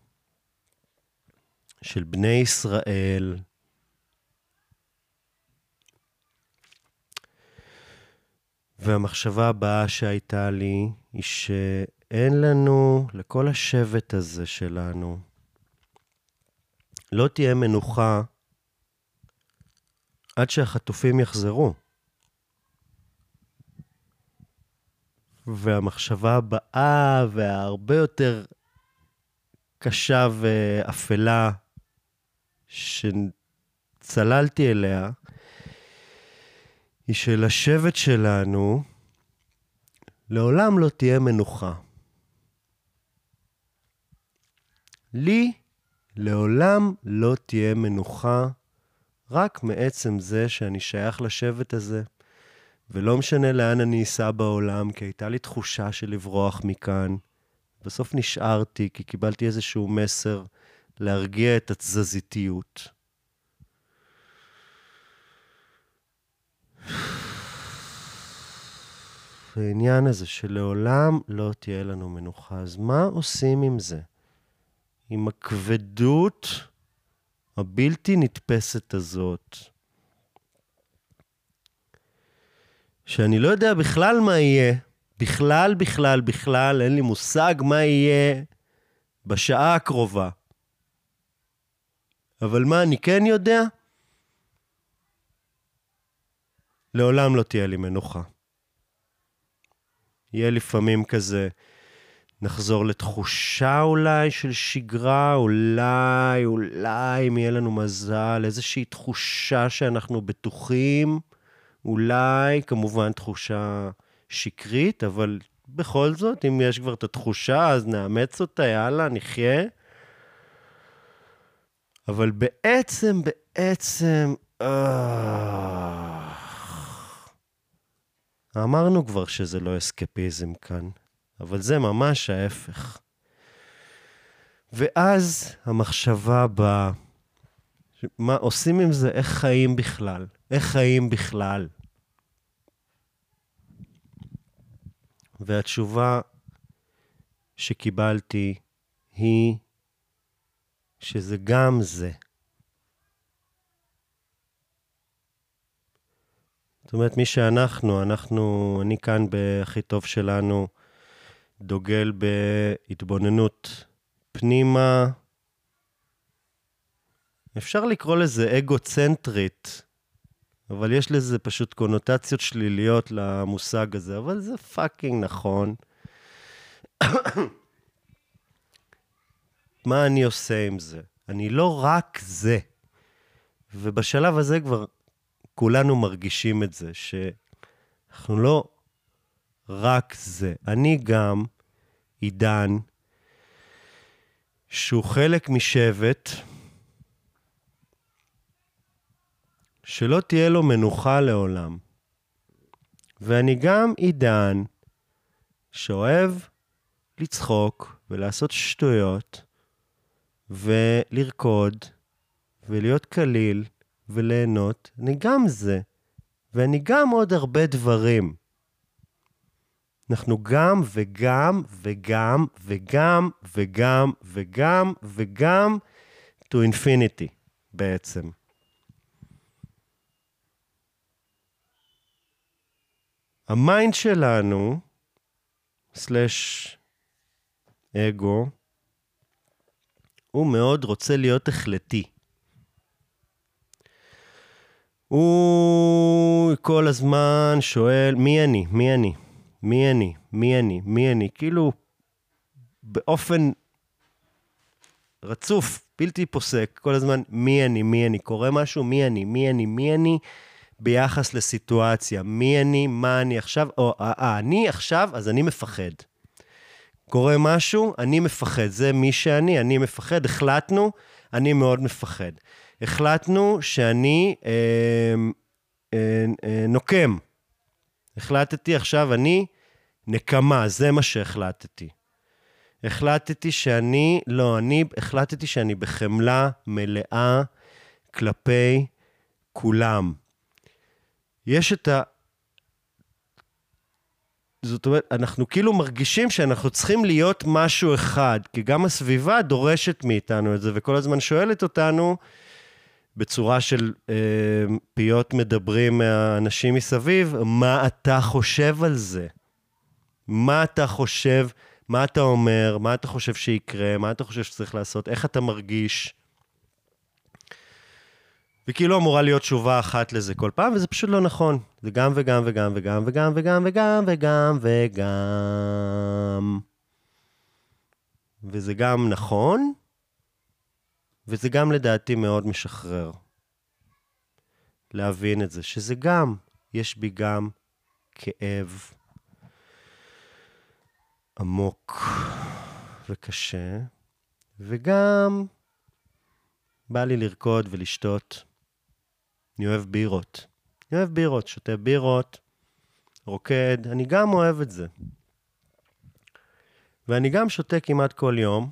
של בני ישראל. והמחשבה הבאה שהייתה לי היא שאין לנו, לכל השבט הזה שלנו, לא תהיה מנוחה עד שהחטופים יחזרו. והמחשבה הבאה והרבה יותר קשה ואפלה שצללתי אליה, היא שלשבט שלנו לעולם לא תהיה מנוחה. לי לעולם לא תהיה מנוחה, רק מעצם זה שאני שייך לשבט הזה, ולא משנה לאן אני אסע בעולם, כי הייתה לי תחושה של לברוח מכאן. בסוף נשארתי, כי קיבלתי איזשהו מסר להרגיע את התזזיתיות. העניין הזה שלעולם לא תהיה לנו מנוחה. אז מה עושים עם זה? עם הכבדות הבלתי נתפסת הזאת, שאני לא יודע בכלל מה יהיה בכלל, אין לי מושג מה יהיה בשעה הקרובה. אבל מה אני כן יודע? לעולם לא תהיה לי מנוחה. יהיה לפעמים כזה, נחזור לתחושה אולי של שגרה, אולי, אם יהיה לנו מזל, איזושהי תחושה שאנחנו בטוחים, אולי, כמובן תחושה שקרית, אבל בכל זאת, אם יש כבר את התחושה, אז נאמץ אותה, יאללה, נחיה. אבל בעצם, אמרנו כבר שזה לא אסקפיזם כאן, אבל זה ממש ההפך. ואז המחשבה באה, מה עושים עם זה? איך חיים בכלל? איך חיים בכלל? והתשובה שקיבלתי היא שזה גם זה. זאת אומרת, מי שאנחנו, אני כאן בהכי טוב שלנו, דוגל בהתבוננות פנימה, אפשר לקרוא לזה אגוצנטרית, אבל יש לזה פשוט קונוטציות שליליות למושג הזה, אבל זה פאקינג נכון. מה אני עושה עם זה? אני לא רק זה. ובשלב הזה כבר כולנו מרגישים את זה, שאנחנו לא רק זה. אני גם עידן, שהוא חלק משבט, שלא תהיה לו מנוחה לעולם. ואני גם עידן, שאוהב לצחוק ולעשות שטויות, ולרקוד, ולהיות קליל, וליהנות. אני גם זה. ואני גם עוד הרבה דברים. אנחנו גם וגם וגם וגם וגם וגם וגם to infinity בעצם. המיינד שלנו, סלש אגו, הוא מאוד רוצה להיות החלטי. הוא כל הזמן שואל, מי אני? כאילו, באופן רצוף, בלתי פוסק, כל הזמן, מי אני? קורא משהו, מי אני? ביחס לסיטואציה, מי אני, מה אני עכשיו, אני עכשיו, אז אני מפחד. קורא משהו, אני מפחד, זה מי אני מפחד, החלטנו, אני מאוד מפחד. החלטנו שאני נוקם. החלטתי עכשיו, אני נקמה, זה מה שהחלטתי. החלטתי שאני בחמלה מלאה כלפי כולם. יש את זאת אומרת, אנחנו כאילו מרגישים שאנחנו צריכים להיות משהו אחד, כי גם הסביבה דורשת מאיתנו את זה, וכל הזמן שואלת אותנו, בצורה של פיות מדברים מהאנשים מסביב, מה אתה חושב על זה? מה אתה חושב, מה אתה אומר, מה אתה חושב שיקרה, מה אתה חושב שצריך לעשות, איך אתה מרגיש? וכאילו אמורה להיות תשובה אחת לזה כל פעם, וזה פשוט לא נכון. זה גם וגם וגם וגם וגם וגם וגם וגם וגם. וזה גם נכון, וזה גם לדעתי מאוד משחרר. להבין את זה, שזה גם, יש בי גם כאב עמוק וקשה, וגם בא לי לרקוד ולשתות. אני אוהב בירות, שותה בירות, רוקד, אני גם אוהב את זה. ואני גם שותה כמעט כל יום.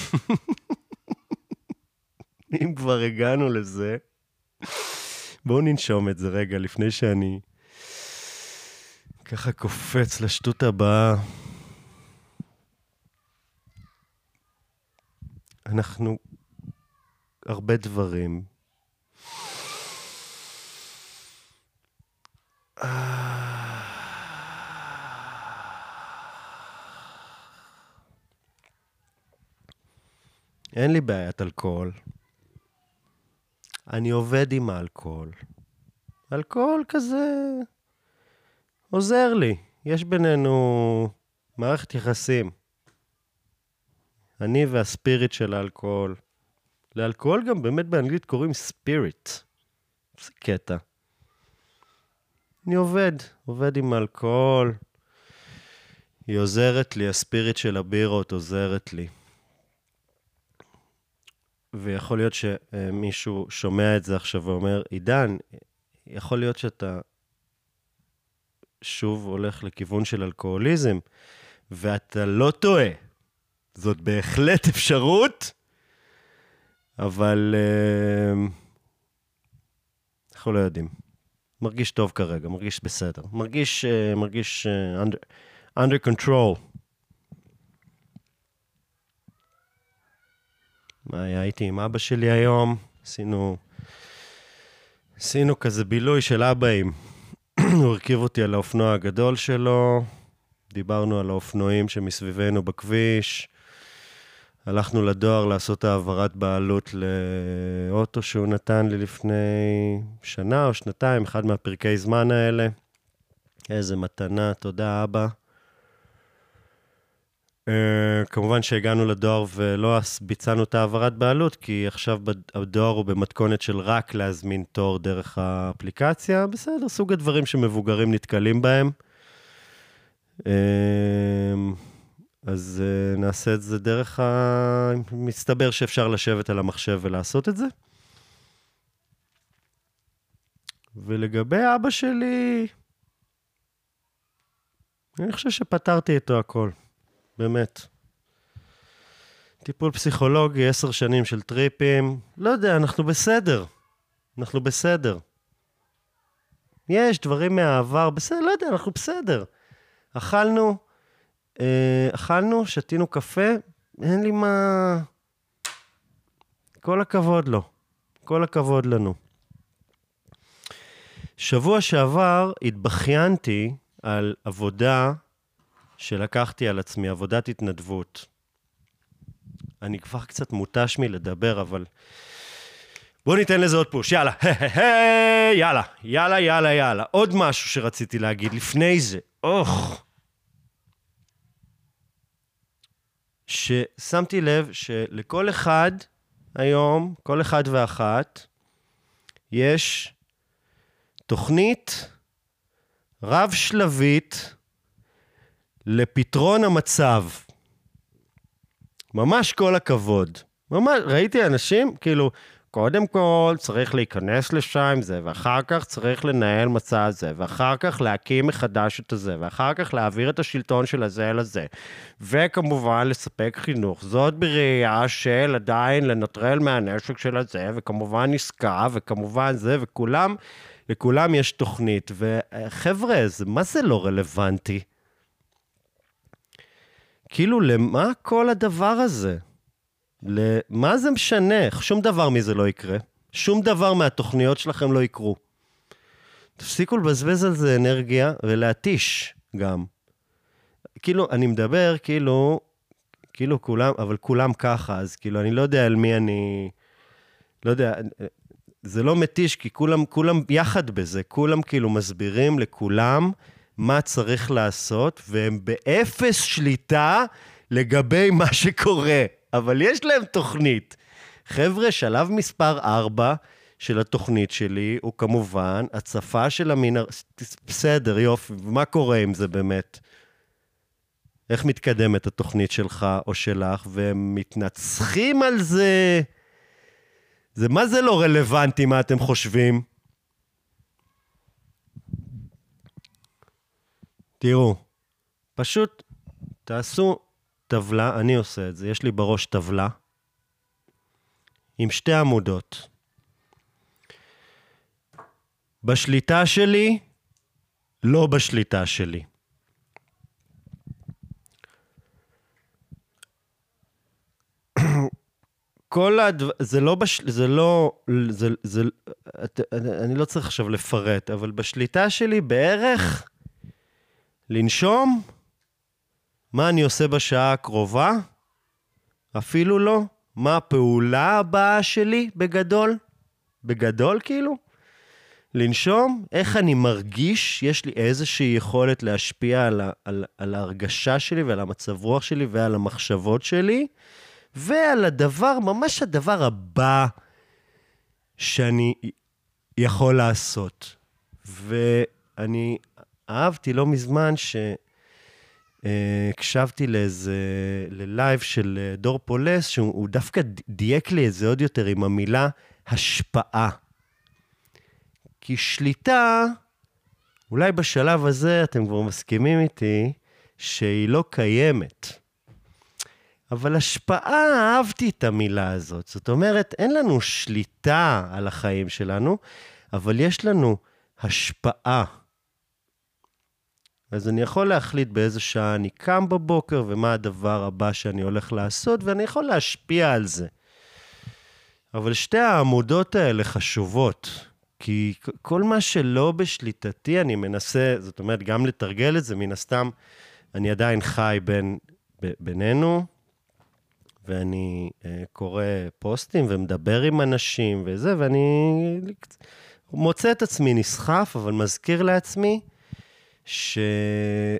אם כבר הגענו לזה, בואו ננשום את זה רגע, לפני שאני ככה קופץ לשטות הבאה. אנחנו הרבה דברים. אין לי בעיית אלכוהול. אני עובד עם האלכוהול. אלכוהול כזה עוזר לי. יש בינינו מערכת יחסים. אני והספיריט של האלכוהול. לאלכוהול גם באמת באנגלית קוראים ספיריט. זה קטע. אני עובד עם אלכוהול. היא עוזרת לי, הספיריט של הבירות עוזרת לי. ויכול להיות שמישהו שומע את זה עכשיו ואומר, עידן, יכול להיות שאתה שוב הולך לכיוון של אלכוהוליזם, ואתה לא טועה. זאת בהחלט אפשרות, אבל אנחנו לא יודעים. מרגיש טוב כרגע, מרגיש בסדר. מרגיש under control. הייתי עם אבא שלי היום, עשינו כזה בילוי של אבאים. הוא הרכיב אותי על האופנוע הגדול שלו, דיברנו על האופנועים שמסביבנו בכביש, הלכנו לדואר לעשות העברת בעלות לאוטו שהוא נתן לי לפני שנה או שנתיים, אחד מהפרקי זמן האלה. איזה מתנה, תודה אבא. כמובן שהגענו לדואר ולא ביצענו את העברת בעלות, כי עכשיו הדואר הוא במתכונת של רק להזמין תור דרך האפליקציה. בסדר, סוג הדברים שמבוגרים נתקלים בהם. אז נעשה את זה דרך מסתבר שאפשר לשבת על המחשב ולעשות את זה. ולגבי אבא שלי, אני חושב שפתרתי איתו הכל. באמת. טיפול פסיכולוגי, 10 שנים של טריפים. לא יודע, אנחנו בסדר. יש דברים מהעבר, בסדר, לא יודע, אנחנו בסדר. אכלנו, שתינו קפה, אין לי מה... כל הכבוד לו. כל הכבוד לנו. שבוע שעבר התבכיינתי על עבודה שלקחתי על עצמי, עבודת התנדבות. אני כבר קצת מוטש מלדבר, אבל... בואו ניתן לזה עוד פוש, יאללה. יאללה. עוד משהו שרציתי להגיד לפני זה. ששמתי לב שלכל אחד היום, כל אחד ואחת, יש תוכנית רב-שלבית לפתרון המצב. ממש כל הכבוד. ממש, ראיתי אנשים, כאילו, קודם כל צריך להיכנס לשם זה, ואחר כך צריך לנהל מצע זה, ואחר כך להקים מחדש את זה, ואחר כך להעביר את השלטון של הזה לזה, וכמובן לספק חינוך. זאת בראייה של עדיין לנטרל מהנשק של הזה, וכמובן עסקה, וכמובן זה, לכולם יש תוכנית, וחבר'ה, מה זה לא רלוונטי? כאילו, למה כל הדבר הזה? מה זה משנה? שום דבר מזה לא יקרה. שום דבר מהתוכניות שלכם לא יקרו. תפסיקו לבזבז על זה אנרגיה ולהתיש גם. כאילו, אני מדבר, כאילו כולם, אבל כולם ככה, אז כאילו, אני לא יודע על מי אני... לא יודע, זה לא מתיש, כי כולם יחד בזה. כולם כאילו מסבירים לכולם מה צריך לעשות, והם באפס שליטה לגבי מה שקורה. אבל יש להם תוכנית. חבר'ה, שלב מספר 4 של התוכנית שלי, הוא כמובן הצפה של בסדר, יופי, מה קורה עם זה באמת? איך מתקדמת התוכנית שלך או שלך, והם מתנצחים על זה? מה זה לא רלוונטי, מה אתם חושבים? תראו, פשוט תעשו טבלה, אני עושה את זה, יש לי בראש טבלה, עם 2 עמודות. בשליטה שלי, לא בשליטה שלי. אני לא צריך עכשיו לפרט, אבל בשליטה שלי בערך לנשום, מה אני עושה בשעה הקרובה? אפילו לא. מה הפעולה הבאה שלי בגדול? בגדול כאילו? לנשום, איך אני מרגיש, יש לי איזושהי יכולת להשפיע על ההרגשה שלי ועל המצב רוח שלי ועל המחשבות שלי, ועל הדבר, ממש הדבר הבא שאני יכול לעשות. ואני אהבתי לא מזמן הקשבתי ללייב של דור פולס, שהוא דווקא דייק לי את זה עוד יותר עם המילה השפעה. כי שליטה, אולי בשלב הזה אתם כבר מסכימים איתי, שהיא לא קיימת. אבל השפעה, אהבתי את המילה הזאת. זאת אומרת, אין לנו שליטה על החיים שלנו, אבל יש לנו השפעה. אז אני יכול להחליט באיזה שעה אני קם בבוקר, ומה הדבר הבא שאני הולך לעשות, ואני יכול להשפיע על זה. אבל שתי העמודות האלה חשובות, כי כל מה שלא בשליטתי, אני מנסה, זאת אומרת, גם לתרגל את זה, מן הסתם, אני עדיין חי בינינו, ואני קורא פוסטים ומדבר עם אנשים וזה, ואני מוצא את עצמי נסחף, אבל מזכיר לעצמי, שזה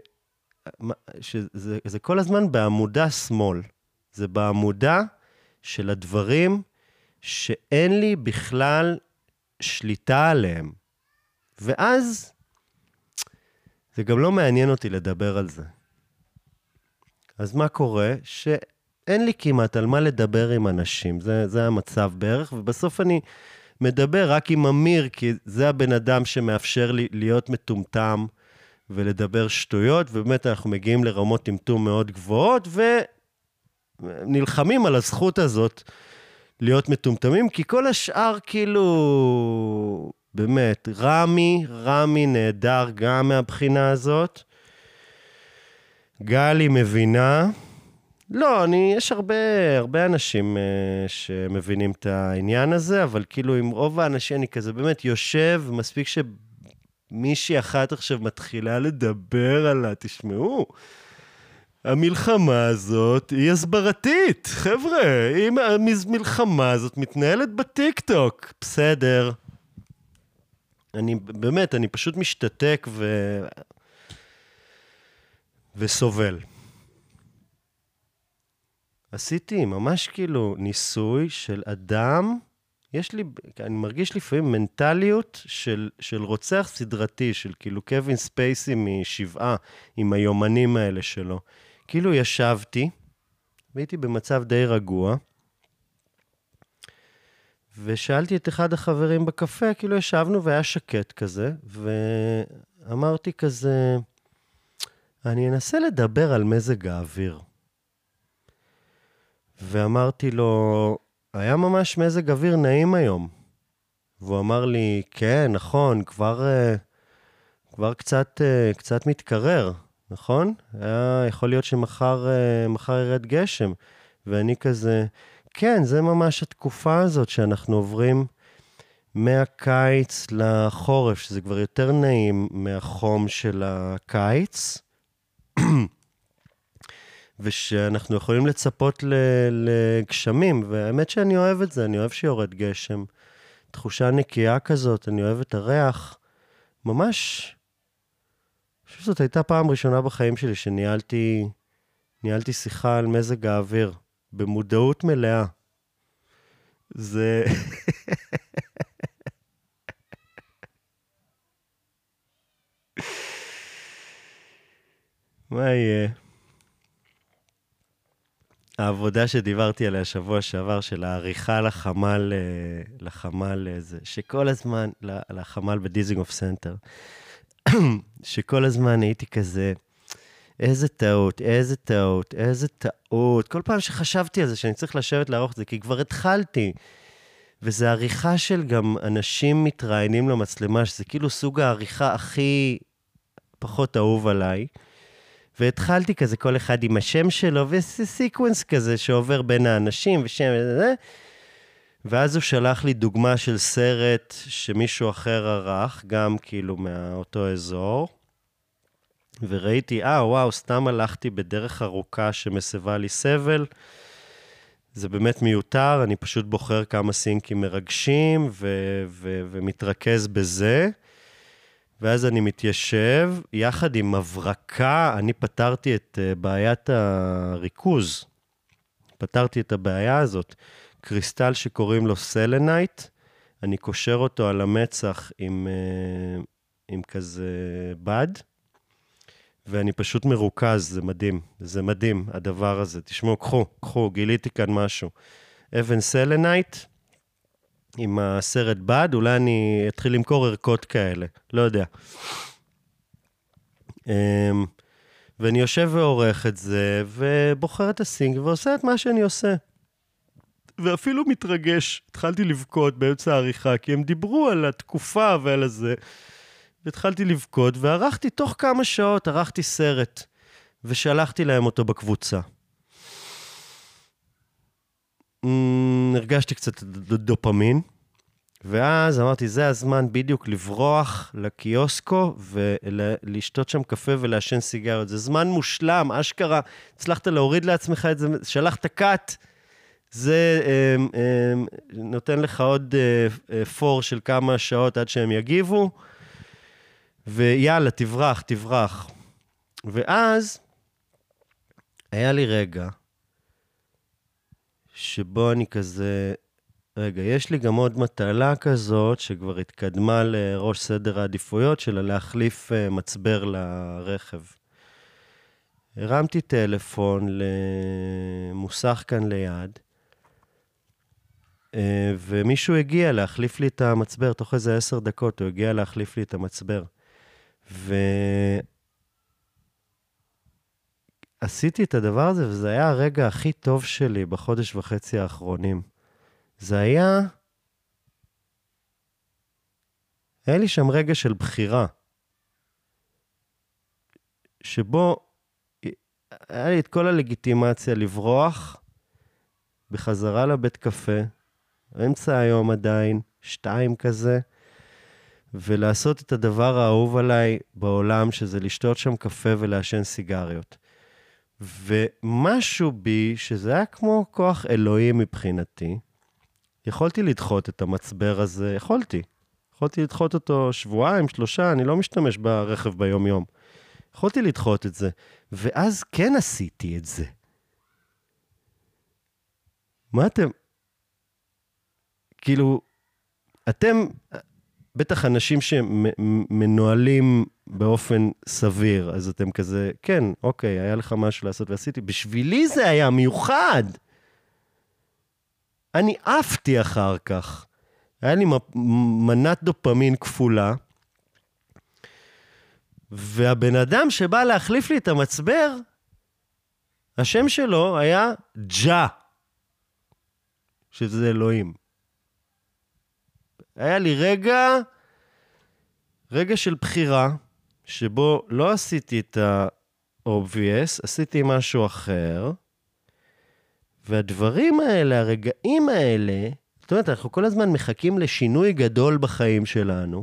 כל הזמן בעמודה שמאל. זה בעמודה של הדברים שאין לי בכלל שליטה עליהם. ואז זה גם לא מעניין אותי לדבר על זה. אז מה קורה? שאין לי כמעט על מה לדבר עם אנשים. זה המצב בערך, ובסוף אני מדבר רק עם אמיר, כי זה הבן אדם שמאפשר לי להיות מטומטם, ולדבר שטויות, ובאמת אנחנו מגיעים לרמות טמטום מאוד גבוהות, ונלחמים על הזכות הזאת להיות מטומטמים, כי כל השאר כאילו, באמת, רמי נהדר גם מהבחינה הזאת. גלי מבינה. לא, יש הרבה אנשים שמבינים את העניין הזה, אבל כאילו עם רוב האנשים אני כזה באמת יושב, מספיק מישהי אחת עכשיו מתחילה לדבר עליה, תשמעו, המלחמה הזאת היא הסברתית, חבר'ה, המלחמה הזאת מתנהלת בטיק-טוק, בסדר. אני פשוט משתתק וסובל. עשיתי ממש כאילו ניסוי של אדם, אני מרגיש לפעמים מנטליות של רוצח סדרתי, של כאילו קווין ספייסי משבעה, עם היומנים האלה שלו. כאילו ישבתי, והייתי במצב די רגוע, ושאלתי את אחד החברים בקפה, כאילו ישבנו והיה שקט כזה, ואמרתי כזה, אני אנסה לדבר על מזג האוויר. ואמרתי לו, היה ממש מזג אוויר נעים היום. והוא אמר לי, כן, נכון, כבר קצת מתקרר, נכון? יכול להיות שמחר ירד גשם. ואני כזה, כן, זה ממש התקופה הזאת שאנחנו עוברים מהקיץ לחורף, שזה כבר יותר נעים מהחום של הקיץ. ושאנחנו יכולים לצפות לגשמים, והאמת שאני אוהב את זה, אני אוהב שיורד גשם, תחושה נקייה כזאת, אני אוהב את הריח, ממש, אני חושב שזאת הייתה פעם ראשונה בחיים שלי, שניהלתי שיחה על מזג האוויר, במודעות מלאה. זה... מה יהיה? העבודה שדיברתי עליה שבוע שעבר, של העריכה לחמ"ל הזה, שכל הזמן, לחמ"ל בדיזינגוף סנטר, שכל הזמן הייתי כזה, איזה טעות, כל פעם שחשבתי על זה, שאני צריך לשבת לערוך את זה, כי כבר התחלתי, וזה עריכה של גם אנשים מתראיינים למצלמה, שזה כאילו סוג העריכה הכי פחות אהוב עליי, והתחלתי כזה, כל אחד עם השם שלו, וסיקוונס כזה שעובר בין האנשים, ושם וזה, ואז הוא שלח לי דוגמה של סרט שמישהו אחר ערך, גם כאילו מאותו אזור, וראיתי, וואו, סתם הלכתי בדרך ארוכה שמסבה לי סבל, זה באמת מיותר, אני פשוט בוחר כמה סינקים מרגשים ומתרכז בזה, ואז אני מתיישב, יחד עם מברקה, אני פתרתי את בעיית הריכוז, פתרתי את הבעיה הזאת, קריסטל שקוראים לו סלנייט, אני קושר אותו על המצח עם כזה בד, ואני פשוט מרוכז, זה מדהים, הדבר הזה. תשמעו, קחו, גיליתי כאן משהו. אבן סלנייט, עם הסרט בד, אולי אני אתחיל למכור ערכות כאלה, לא יודע. ואני יושב ועורך את זה, ובוחר את הסינק, ועושה את מה שאני עושה. ואפילו מתרגש, התחלתי לבכות באמצע העריכה, כי הם דיברו על התקופה ועל הזה, והתחלתי לבכות, וערכתי תוך כמה שעות, ערכתי סרט, ושלחתי להם אותו בקבוצה. הרגשתי קצת דופמין, ואז אמרתי, זה הזמן בדיוק לברוח לקיוסקו, ולשתות שם קפה ולעשן סיגריות. זה זמן מושלם, אשכרה, הצלחת להוריד לעצמך את זה, שלחת קאט, זה נותן לך עוד פור של כמה שעות עד שהם יגיבו, ויאללה, תברח. ואז היה לי רגע שבו אני כזה, יש לי גם עוד מטלה כזאת שכבר התקדמה לראש סדר העדיפויות שלה להחליף מצבר לרכב. הרמתי טלפון למוסך כאן ליד, ומישהו הגיע להחליף לי את המצבר, תוך איזה 10 דקות הוא הגיע להחליף לי את המצבר. ועשיתי את הדבר הזה, וזה היה הרגע הכי טוב שלי בחודש וחצי האחרונים. זה היה לי שם רגע של בחירה, שבו היה לי את כל הלגיטימציה לברוח בחזרה לבית קפה, אמצע היום עדיין, 2 כזה, ולעשות את הדבר האהוב עליי בעולם, שזה לשתות שם קפה ולעשן סיגריות. ומשהו בי, שזה היה כמו כוח אלוהים מבחינתי, יכולתי לדחות את המצבר הזה, יכולתי לדחות אותו 2, 3, אני לא משתמש ברכב ביום יום. יכולתי לדחות את זה, ואז כן עשיתי את זה. מה אתם? כאילו, אתם בטח אנשים שמנוהלים באופן סביר, אז אתם כזה, כן, אוקיי, היה לך משהו לעשות ועשיתי. בשבילי זה היה מיוחד. אני עפתי אחר כך. היה לי מנת דופמין כפולה, והבן אדם שבא להחליף לי את המצבר, השם שלו היה ג'ה, שזה אלוהים. היה לי רגע של בחירה, שבו לא עשיתי את ה-obvious, עשיתי משהו אחר, והדברים האלה, הרגעים האלה, זאת אומרת, אנחנו כל הזמן מחכים לשינוי גדול בחיים שלנו,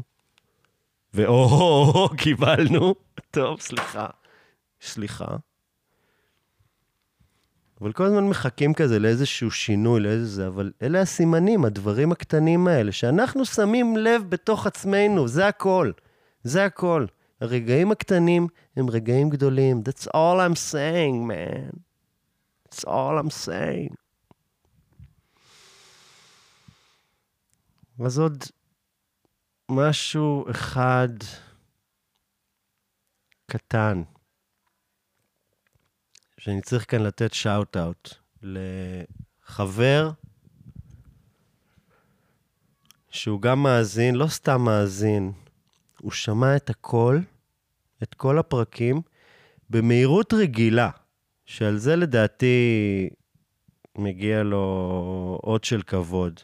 קיבלנו, טוב, סליחה. אבל כל הזמן מחכים כזה לאיזשהו שינוי, לאיזה, אבל אלה הסימנים, הדברים הקטנים האלה, שאנחנו שמים לב בתוך עצמנו, זה הכל. הרגעים הקטנים הם רגעים גדולים. That's all I'm saying, man. That's all I'm saying. אז עוד משהו אחד קטן, שאני צריך כאן לתת שאוט-אוט לחבר שהוא גם מאזין, לא סתם מאזין, הוא שמע את הכל, את כל הפרקים, במהירות רגילה, שעל זה לדעתי מגיע לו עוד של כבוד.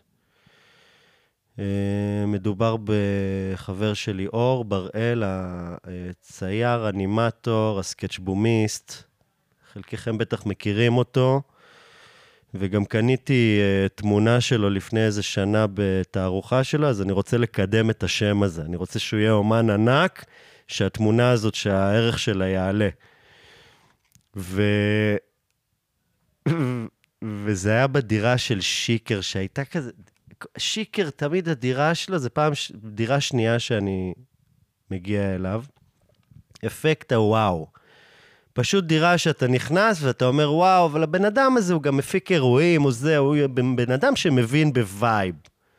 מדובר בחבר שלי אור בראל, הצייר, אנימטור, הסקצ'בומיסט, חלקכם בטח מכירים אותו, וגם קניתי תמונה שלו לפני איזה שנה בתערוכה שלו, אז אני רוצה לקדם את השם הזה. אני רוצה שהוא יהיה אומן ענק, שהתמונה הזאת, שהערך שלה יעלה. וזה היה בדירה של שיקר, שהייתה כזה, שיקר תמיד הדירה שלו, זה פעם דירה שנייה שאני מגיע אליו, אפקט הוואו. פשוט דירה שאתה נכנס ואתה אומר וואו, אבל הבן אדם הזה הוא גם מפיק אירועים, הוא בן אדם שמבין בווייב.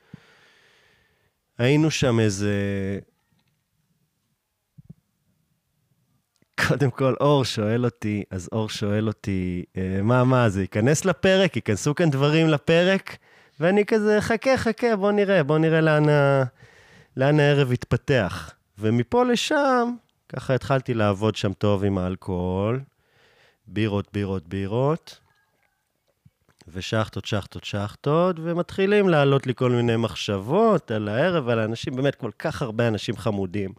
היינו שם איזה... קודם כל, אור שואל אותי, מה, זה ייכנס לפרק? ייכנסו כאן דברים לפרק? ואני כזה, חכה, בוא נראה לאן הערב יתפתח. ומפה לשם, ככה התחלתי לעבוד שם טוב עם האלכוהול, בירות, ושחטות, ומתחילים לעלות לי כל מיני מחשבות על הערב, על האנשים, באמת כל כך הרבה אנשים חמודים.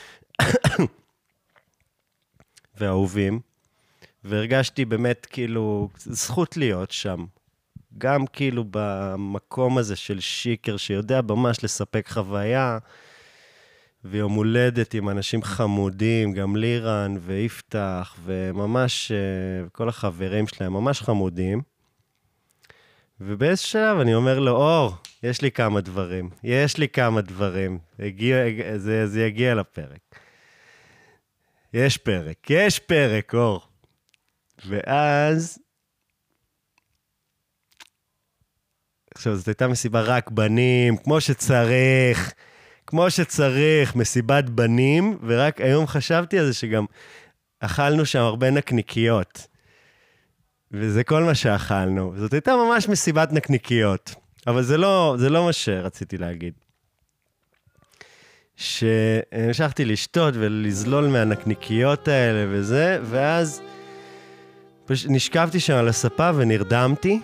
ואהובים, והרגשתי באמת כאילו זכות להיות שם. גם כאילו במקום הזה של שיקר, שיודע ממש לספק חוויה, ויום הולדת עם אנשים חמודים, גם לירן ויפתח, וממש כל החברים שלהם ממש חמודים. ובאיזה שלב אני אומר לו, אור, יש לי כמה דברים. זה יגיע לפרק. יש פרק, אור. ואז... עכשיו, זאת הייתה מסיבה רק בנים, כמו שצריך, מסיבת בנים, ורק היום חשבתי על זה שגם אכלנו שם הרבה נקניקיות. וזה כל מה שאכלנו. זאת הייתה ממש מסיבת נקניקיות. אבל זה לא מה שרציתי להגיד. שהמשכתי לשתות ולזלול מהנקניקיות האלה וזה, ואז נשכבתי שם על הספה ונרדמתי,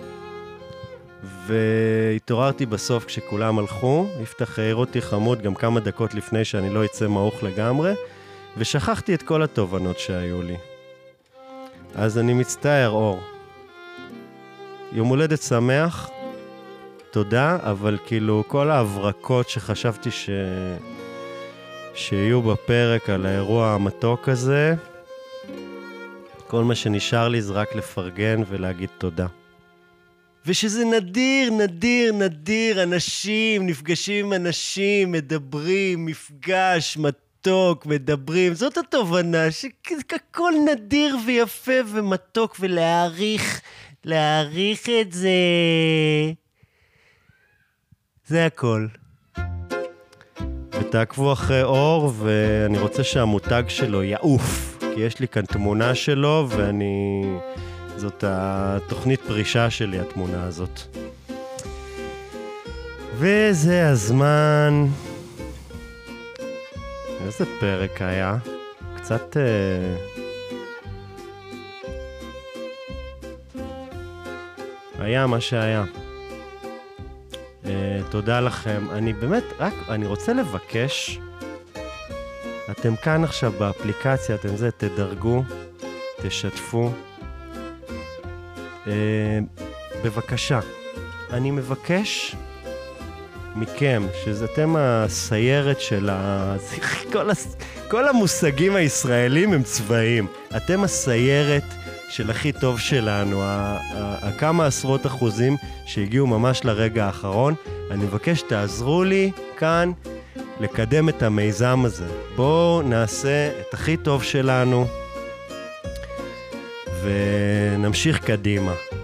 והתעוררתי בסוף כשכולם הלכו, יפתח העיר אותי חמוד גם כמה דקות לפני שאני לא אצא מעוך לגמרי, ושכחתי את כל התובנות שהיו לי. אז אני מצטער, אור. יום הולדת שמח, תודה, אבל כאילו כל ההברקות שחשבתי שיהיו בפרק על האירוע המתוק הזה, כל מה שנשאר לי זה רק לפרגן ולהגיד תודה. ושזה נדיר, אנשים, נפגשים עם אנשים, מדברים, מפגש, מתוק, מדברים. זאת התובנה, שהכל נדיר ויפה ומתוק, ולהעריך את זה. זה הכל. ותעקבו אחרי אור, ואני רוצה שהמותג שלו יעוף, כי יש לי כאן תמונה שלו, זאת התוכנית פרישה שלי, התמונה הזאת. וזה הזמן... איזה פרק היה? קצת... היה מה שהיה. תודה לכם. אני באמת, אני רוצה לבקש, אתם כאן עכשיו באפליקציה, תדרגו, תשתפו. בבקשה, אני מבקש מכם, שאתם הסיירת של כל המושגים הישראלים הם צבעים. אתם הסיירת של הכי טוב שלנו, כמה עשרות אחוזים שהגיעו ממש לרגע האחרון. אני מבקש תעזרו לי כאן לקדם את המיזם הזה. בואו נעשה את הכי טוב שלנו ונמשיך קדימה.